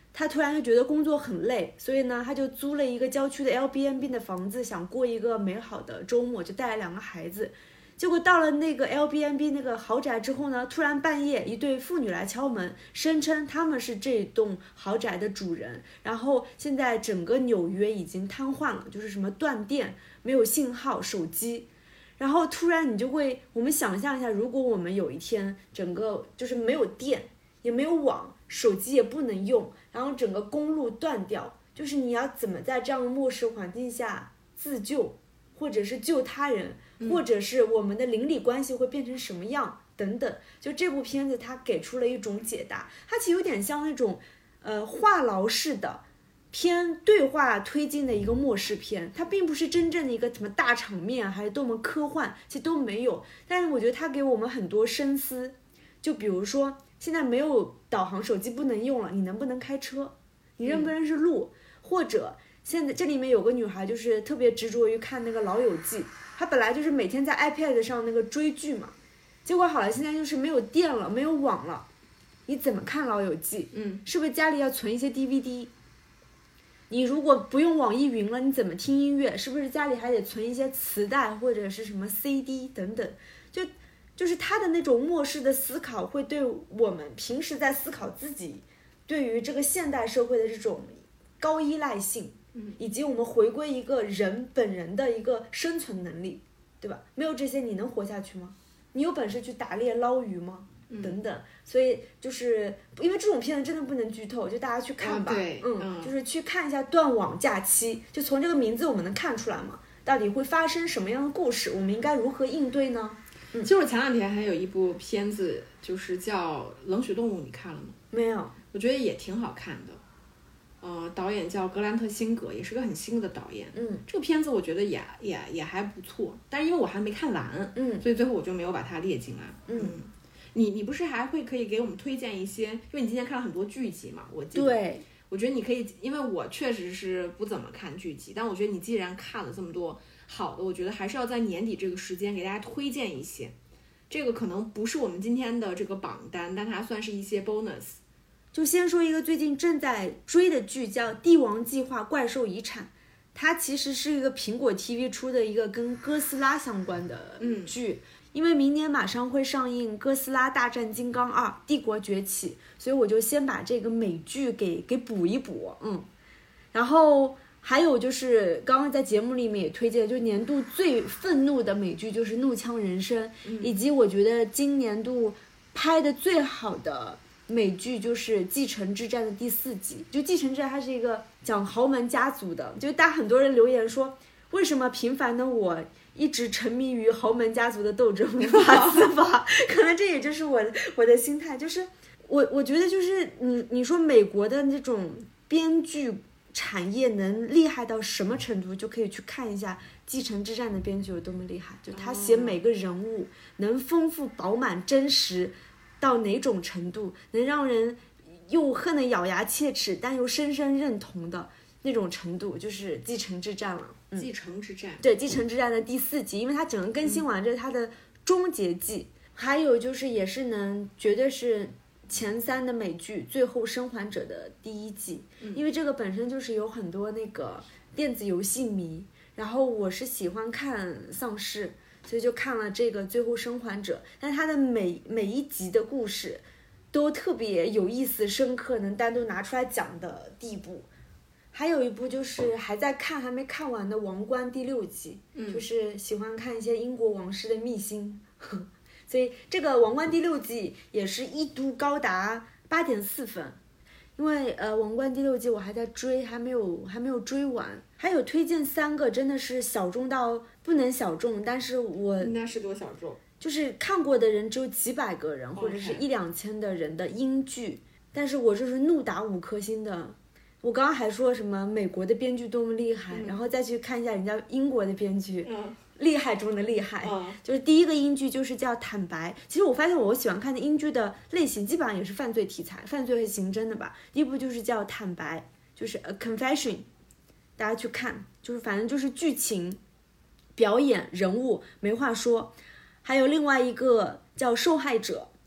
他突然就觉得工作很累，所以呢，他就租了一个郊区的 Airbnb 的房子，想过一个美好的周末，就带了两个孩子。结果到了那个 Airbnb 那个豪宅之后呢，突然半夜一对父女来敲门，声称他们是这栋豪宅的主人。然后现在整个纽约已经瘫痪了，就是什么断电、没有信号、手机。然后突然你就会，我们想象一下，如果我们有一天整个就是没有电，也没有网，手机也不能用，然后整个公路断掉，就是你要怎么在这样的末世环境下自救，或者是救他人，或者是我们的邻里关系会变成什么样等等。就这部片子它给出了一种解答，它其实有点像那种呃话痨式的偏对话推进的一个末世片，它并不是真正的一个什么大场面还是多么科幻，其实都没有。但是我觉得它给我们很多深思，就比如说现在没有导航，手机不能用了，你能不能开车？你认不认识路？嗯、或者现在这里面有个女孩，就是特别执着于看那个《老友记》，她本来就是每天在 iPad 上那个追剧嘛，结果好了，现在就是没有电了，没有网了，你怎么看《老友记》？ 嗯， 是不是家里要存一些 D V D？ 你如果不用网易云了，你怎么听音乐？是不是家里还得存一些磁带或者是什么 C D 等等？就就是他的那种末世的思考，会对我们平时在思考自己对于这个现代社会的这种高依赖性，以及我们回归一个人本人的一个生存能力，对吧？没有这些你能活下去吗？你有本事去打猎捞鱼吗？等等。所以就是因为这种片子真的不能剧透，就大家去看吧。 哦、对嗯， 嗯， 就是去看一下断网假期，就从这个名字我们能看出来嘛，到底会发生什么样的故事，我们应该如何应对呢？ 嗯，就是前两天还有一部片子，就是叫《冷血动物》，你看了吗？ 没有。 我觉得也挺好看的。呃，导演叫格兰特·辛格，也是个很新的导演。 嗯， 这个片子我觉得也也也还不错，但是因为我还没看完， 嗯， 所以最后我就没有把它列进来。 嗯， 嗯你你不是还会可以给我们推荐一些？因为你今天看了很多剧集嘛，我记得。 对。 我觉得你可以，因为我确实是不怎么看剧集，但我觉得你既然看了这么多好的，我觉得还是要在年底这个时间给大家推荐一些。这个可能不是我们今天的这个榜单，但它算是一些 bonus。 就先说一个最近正在追的剧，叫《帝王计划：怪兽遗产》，它其实是一个苹果 T V 出的一个跟哥斯拉相关的剧。嗯，因为明年马上会上映《哥斯拉大战金刚二：帝国崛起》，所以我就先把这个美剧给给补一补。嗯，然后还有就是刚刚在节目里面也推荐，就年度最愤怒的美剧就是《怒呛人生》，嗯，以及我觉得今年度拍的最好的美剧就是《继承之战》的第四集。就《继承之战》它是一个讲豪门家族的，就大家很多人留言说，为什么平凡的我一直沉迷于豪门家族的斗争无法自拔？可能这也就是我我的心态，就是我我觉得就是你你说美国的那种编剧产业能厉害到什么程度，就可以去看一下《继承之战》的编剧有多么厉害，就他写每个人物能丰富饱满真实到哪种程度，能让人又恨得咬牙切齿但又深深认同的那种程度，就是《继承之战》了。嗯、 继承之战， 对，《继承之战》的第四集，因为它整个更新完这是它的终结季。嗯、还有就是也是能绝对是前三的美剧《最后生还者》的第一季，嗯、因为这个本身就是有很多那个电子游戏迷，然后我是喜欢看丧尸，所以就看了这个《最后生还者》，但它的每每一集的故事都特别有意思、深刻，能单独拿出来讲的地步。还有一部就是还在看还没看完的《王冠》第六集，嗯、就是喜欢看一些英国王室的秘辛，所以这个《王冠》第六季也是一度高达八点四分。因为呃，《王冠》第六季我还在追，还没有还没有追完。还有推荐三个真的是小众到不能小众，但是我那是多小众？ 就是看过的人只有几百个人，或者是一两千的人的英剧，但是我就是怒打五颗星的。我刚刚还说什么美国的编剧多么厉害，嗯、然后再去看一下人家英国的编剧，嗯、厉害中的厉害。嗯、就是第一个英剧就是叫《坦白》。其实我发现我喜欢看的英剧的类型基本上也是犯罪题材、犯罪和刑侦的吧。第一部就是叫《坦白》，就是 A Confession， 大家去看，就是反正就是剧情、表演、人物没话说。还有另外一个叫《受害者》，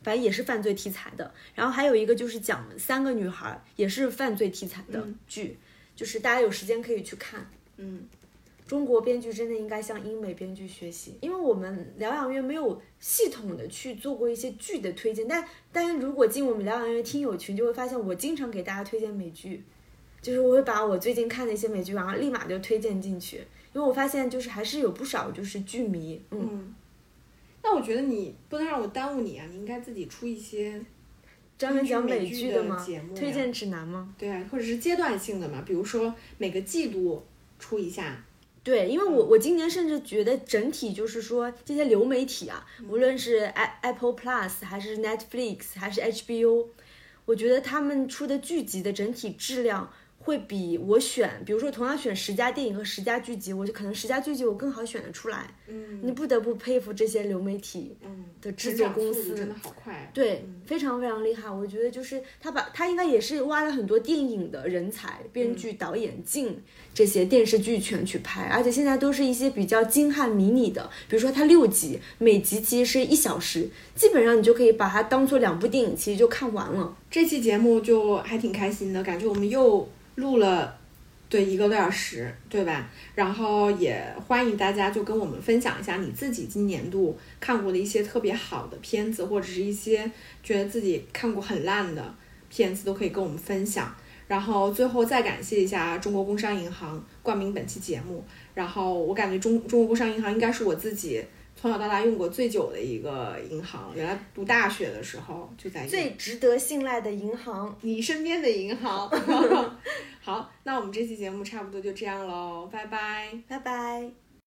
反正也是犯罪题材的。然后还有一个就是讲三个女孩，也是犯罪题材的剧，嗯、就是大家有时间可以去看。 嗯， 中国编剧真的应该向英美编剧学习，因为我们疗养院没有系统的去做过一些剧的推荐，但但是如果进我们疗养院听友群，就会发现我经常给大家推荐美剧，就是我会把我最近看的一些美剧，然后立马就推荐进去，因为我发现就是还是有不少就是剧迷。嗯。 嗯，那我觉得你不能让我耽误你啊，你应该自己出一些专门讲美剧的吗？ 节目推荐指南吗？ 对啊，或者是阶段性的嘛，比如说每个季度出一下。 对，因为我我今年甚至觉得整体就是说这些流媒体啊，无论是 Apple Plus 还是 Netflix 还是 H B O， 我觉得他们出的剧集的整体质量会比我选，比如说同样选十家电影和十家剧集，我就可能十家剧集我更好选得出来。 嗯， 你不得不佩服这些流媒体的制作公司， 嗯、真的好快。 对、 嗯， 非常非常厉害。我觉得就是他把他应该也是挖了很多电影的人才，编剧、导演进这些电视剧全去拍，而且现在都是一些比较精悍迷你的，比如说它六集，每集其实是一小时，基本上你就可以把它当做两部电影，其实就看完了。 这期节目就还挺开心的，感觉我们又录了对一个多小时，对吧？然后也欢迎大家就跟我们分享一下你自己今年度看过的一些特别好的片子，或者是一些觉得自己看过很烂的片子，都可以跟我们分享。然后最后再感谢一下中国工商银行冠名本期节目。然后我感觉中中国工商银行应该是我自己从小到大用过最久的一个银行，原来读大学的时候就在用。 最值得信赖的银行， 你身边的银行。好，那我们这期节目差不多就这样喽，拜拜， 拜拜。